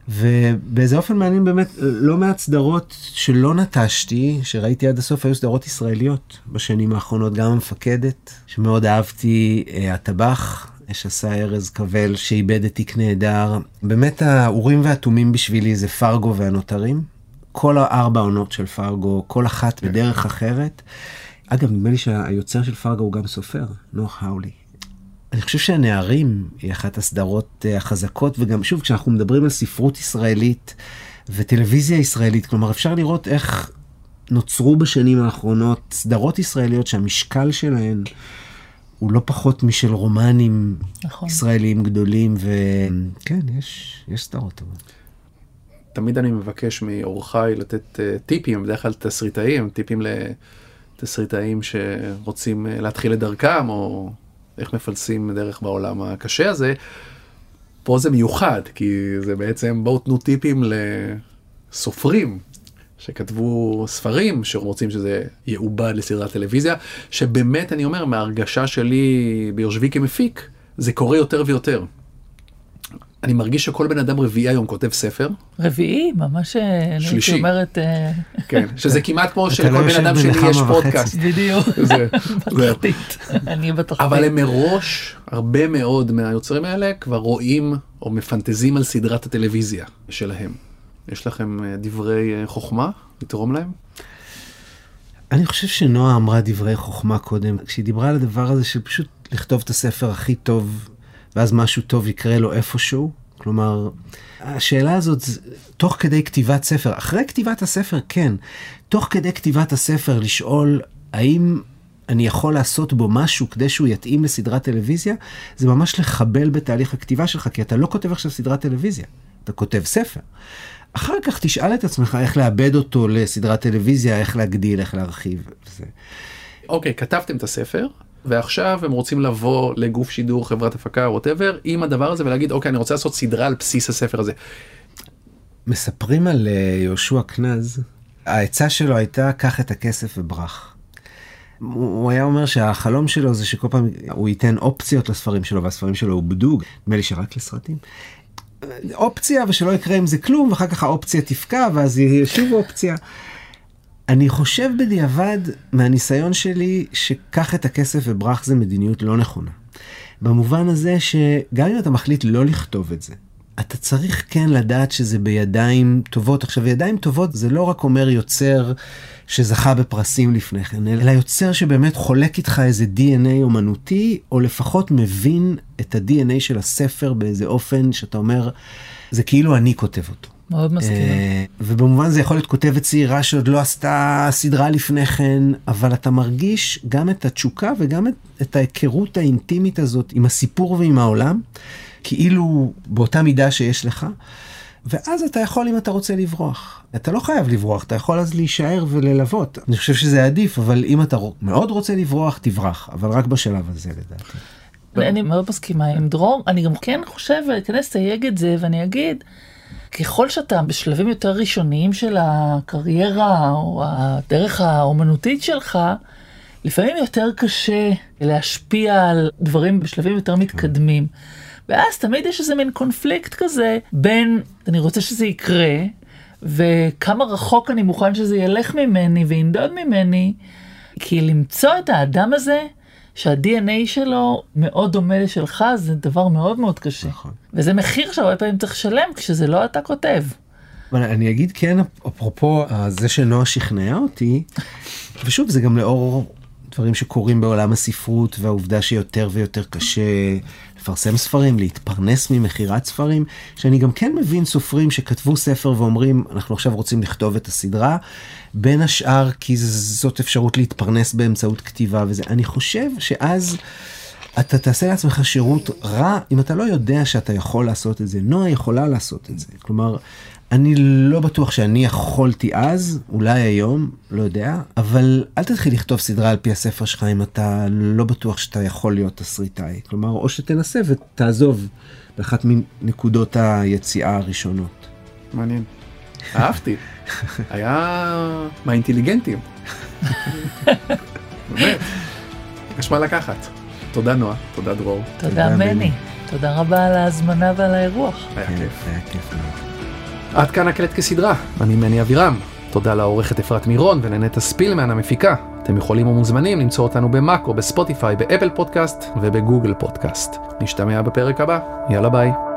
ובאיזה אופן מעניין באמת, לא מעט סדרות שלא נטשתי, שראיתי עד הסוף, היו סדרות ישראליות בשנים האחרונות, גם המפקדת, שמאוד אהבתי, הטבח, שעשה ארז קבל, שאיבד את תיק נהדר. באמת האורים והתומים בשבילי זה פרגו והנותרים. כל 4 עונות של פרגו, כל אחת בדרך אחרת. אגב, נדמה לי שהיוצר של פרגו הוא גם סופר, נוח האולי. אני חושב שהנערים היא אחת הסדרות החזקות, וגם שוב, כשאנחנו מדברים על ספרות ישראלית וטלוויזיה ישראלית, כלומר אפשר לראות איך נוצרו בשנים האחרונות סדרות ישראליות שהמשקל שלהן הוא לא פחות משל רומנים ישראליים גדולים, וכן, יש סדרות. תמיד אני מבקש מאורחי לתת טיפים, בדרך כלל תסריטאים, טיפים לתסריטאים שרוצים להתחיל את דרכם, או איך מפלסים דרך בעולם הקשה הזה. פה זה מיוחד, כי זה בעצם, בואו תנו טיפים לסופרים שכתבו ספרים, שרוצים שזה יעובד לסדרת טלוויזיה, שבאמת אני אומר, מההרגשה שלי ביושבי כמפיק, זה קורה יותר ויותר. אני מרגיש שכל בן אדם רביעי היום כותב ספר. רביעי? ממש שלישי. אני אומרת... כן, שזה כמעט כמו שלכל בן אדם שלי יש פודקאסט. בדיוק. בתחתית. אני בתחתית. אבל הם מראש, הרבה מאוד מהיוצרים האלה כבר רואים או מפנטזים על סדרת הטלוויזיה שלהם. יש לכם דברי חוכמה לתרום להם? אני חושב שנועה אמרה דברי חוכמה קודם, כשהיא דיברה על הדבר הזה של פשוט לכתוב את הספר הכי טוב, ואז משהו טוב יקרה לו איפשהו. כלומר, השאלה הזאת, תוך כדי כתיבת ספר, אחרי כתיבת הספר, כן, תוך כדי כתיבת הספר לשאול, האם אני יכול לעשות בו משהו כדי שהוא יתאים לסדרת טלוויזיה, זה ממש לחבל בתהליך הכתיבה שלך, כי אתה לא כותב עכשיו סדרת טלוויזיה, אתה כותב ספר. אחר כך תשאל את עצמך איך לאבד אותו לסדרת טלוויזיה, איך להגדיל, איך להרחיב. אוקיי, כתבתם את הספר, ועכשיו הם רוצים לבוא לגוף שידור, חברת הפקה, whatever, עם הדבר הזה ולהגיד, אוקיי, אני רוצה לעשות סדרה על בסיס הספר הזה. מספרים על יהושע קנז, העצה שלו הייתה, קח את הכסף וברח. הוא היה אומר שהחלום שלו זה שכל פעם הוא ייתן אופציות לספרים שלו, והספרים שלו עובדו, נדמה לי שרק לסרטים. אופציה, ושלא יקרה עם זה כלום, ואחר כך האופציה תפקע, ואז יהיה שוב אופציה. אני חושב בדיעבד, מהניסיון שלי, שקח את הכסף וברח זה מדיניות לא נכונה. במובן הזה שגם אם אתה מחליט לא לכתוב את זה, אתה צריך כן לדעת שזה בידיים טובות. עכשיו, ידיים טובות זה לא רק אומר יוצר שזכה בפרסים לפני כן, אלא יוצר שבאמת חולק איתך איזה DNA אומנותי, או לפחות מבין את ה-DNA של הספר באיזה אופן שאתה אומר, זה כאילו אני כותב אותו. מאוד מסכימה. ובמובן זה יכול להיות כותבת צעירה שעוד לא עשתה סדרה לפני כן, אבל אתה מרגיש גם את התשוקה וגם את ההיכרות האינטימית הזאת עם הסיפור ועם העולם, כאילו באותה מידה שיש לך, ואז אתה יכול אם אתה רוצה לברוח. אתה לא חייב לברוח, אתה יכול אז להישאר וללוות. אני חושב שזה עדיף, אבל אם אתה מאוד רוצה לברוח, תברח, אבל רק בשלב הזה לדעתי. אני מאוד מסכימה עם דרור, אני גם כן חושב, אכנס תייג את זה ואני אגיד, ככל שאתה בשלבים יותר ראשוניים של הקריירה או הדרך האומנותית שלך, לפעמים יותר קשה להשפיע על דברים בשלבים יותר מתקדמים. ואז תמיד יש איזה מין קונפליקט כזה בין אני רוצה שזה יקרה, וכמה רחוק אני מוכן שזה ילך ממני וינדוד ממני, כי למצוא את האדם הזה, שה-DNA שלו מאוד דומה לשלך, זה דבר מאוד מאוד קשה. נכון. וזה מחיר שהרבה פעמים צריך לשלם, כשזה לא אתה כותב. אבל אני אגיד כן, אפרופו זה שנועה שכנעה אותי, ושוב, זה גם לאור דברים שקורים בעולם הספרות, והעובדה שיותר ויותר קשה לפרסם ספרים, להתפרנס ממחירת ספרים, שאני גם כן מבין סופרים שכתבו ספר ואומרים, אנחנו עכשיו רוצים לכתוב את הסדרה, בין השאר, כי זאת אפשרות להתפרנס באמצעות כתיבה וזה. אני חושב שאז אתה תעשה לעצמך שירות רע, אם אתה לא יודע שאתה יכול לעשות את זה. נועה יכולה לעשות את זה. כלומר, אני לא בטוח שאני יכולתי אז, אולי היום, לא יודע, אבל אל תתחיל לכתוב סדרה על פי הספר שלך, אם אתה לא בטוח שאתה יכול להיות תסריטאי. כלומר, או שתנסה ותעזוב באחת מנקודות היציאה הראשונות. מעניין. אהבתי. היה מהאינטליגנטים. באמת. יש מה לקחת. תודה נועה, תודה דרור. תודה מני. תודה רבה על ההזמנה ועל האירוח. היה כיף. היה כיף מאוד. עד כאן הקלט כסדרה, אני מני אבירם. תודה לעורכת אפרת מירון ולנטע ספילמן המפיקה. אתם יכולים ומוזמנים למצוא אותנו במאק או בספוטיפיי, באפל פודקאסט ובגוגל פודקאסט. נשתמע בפרק הבא, יאללה ביי.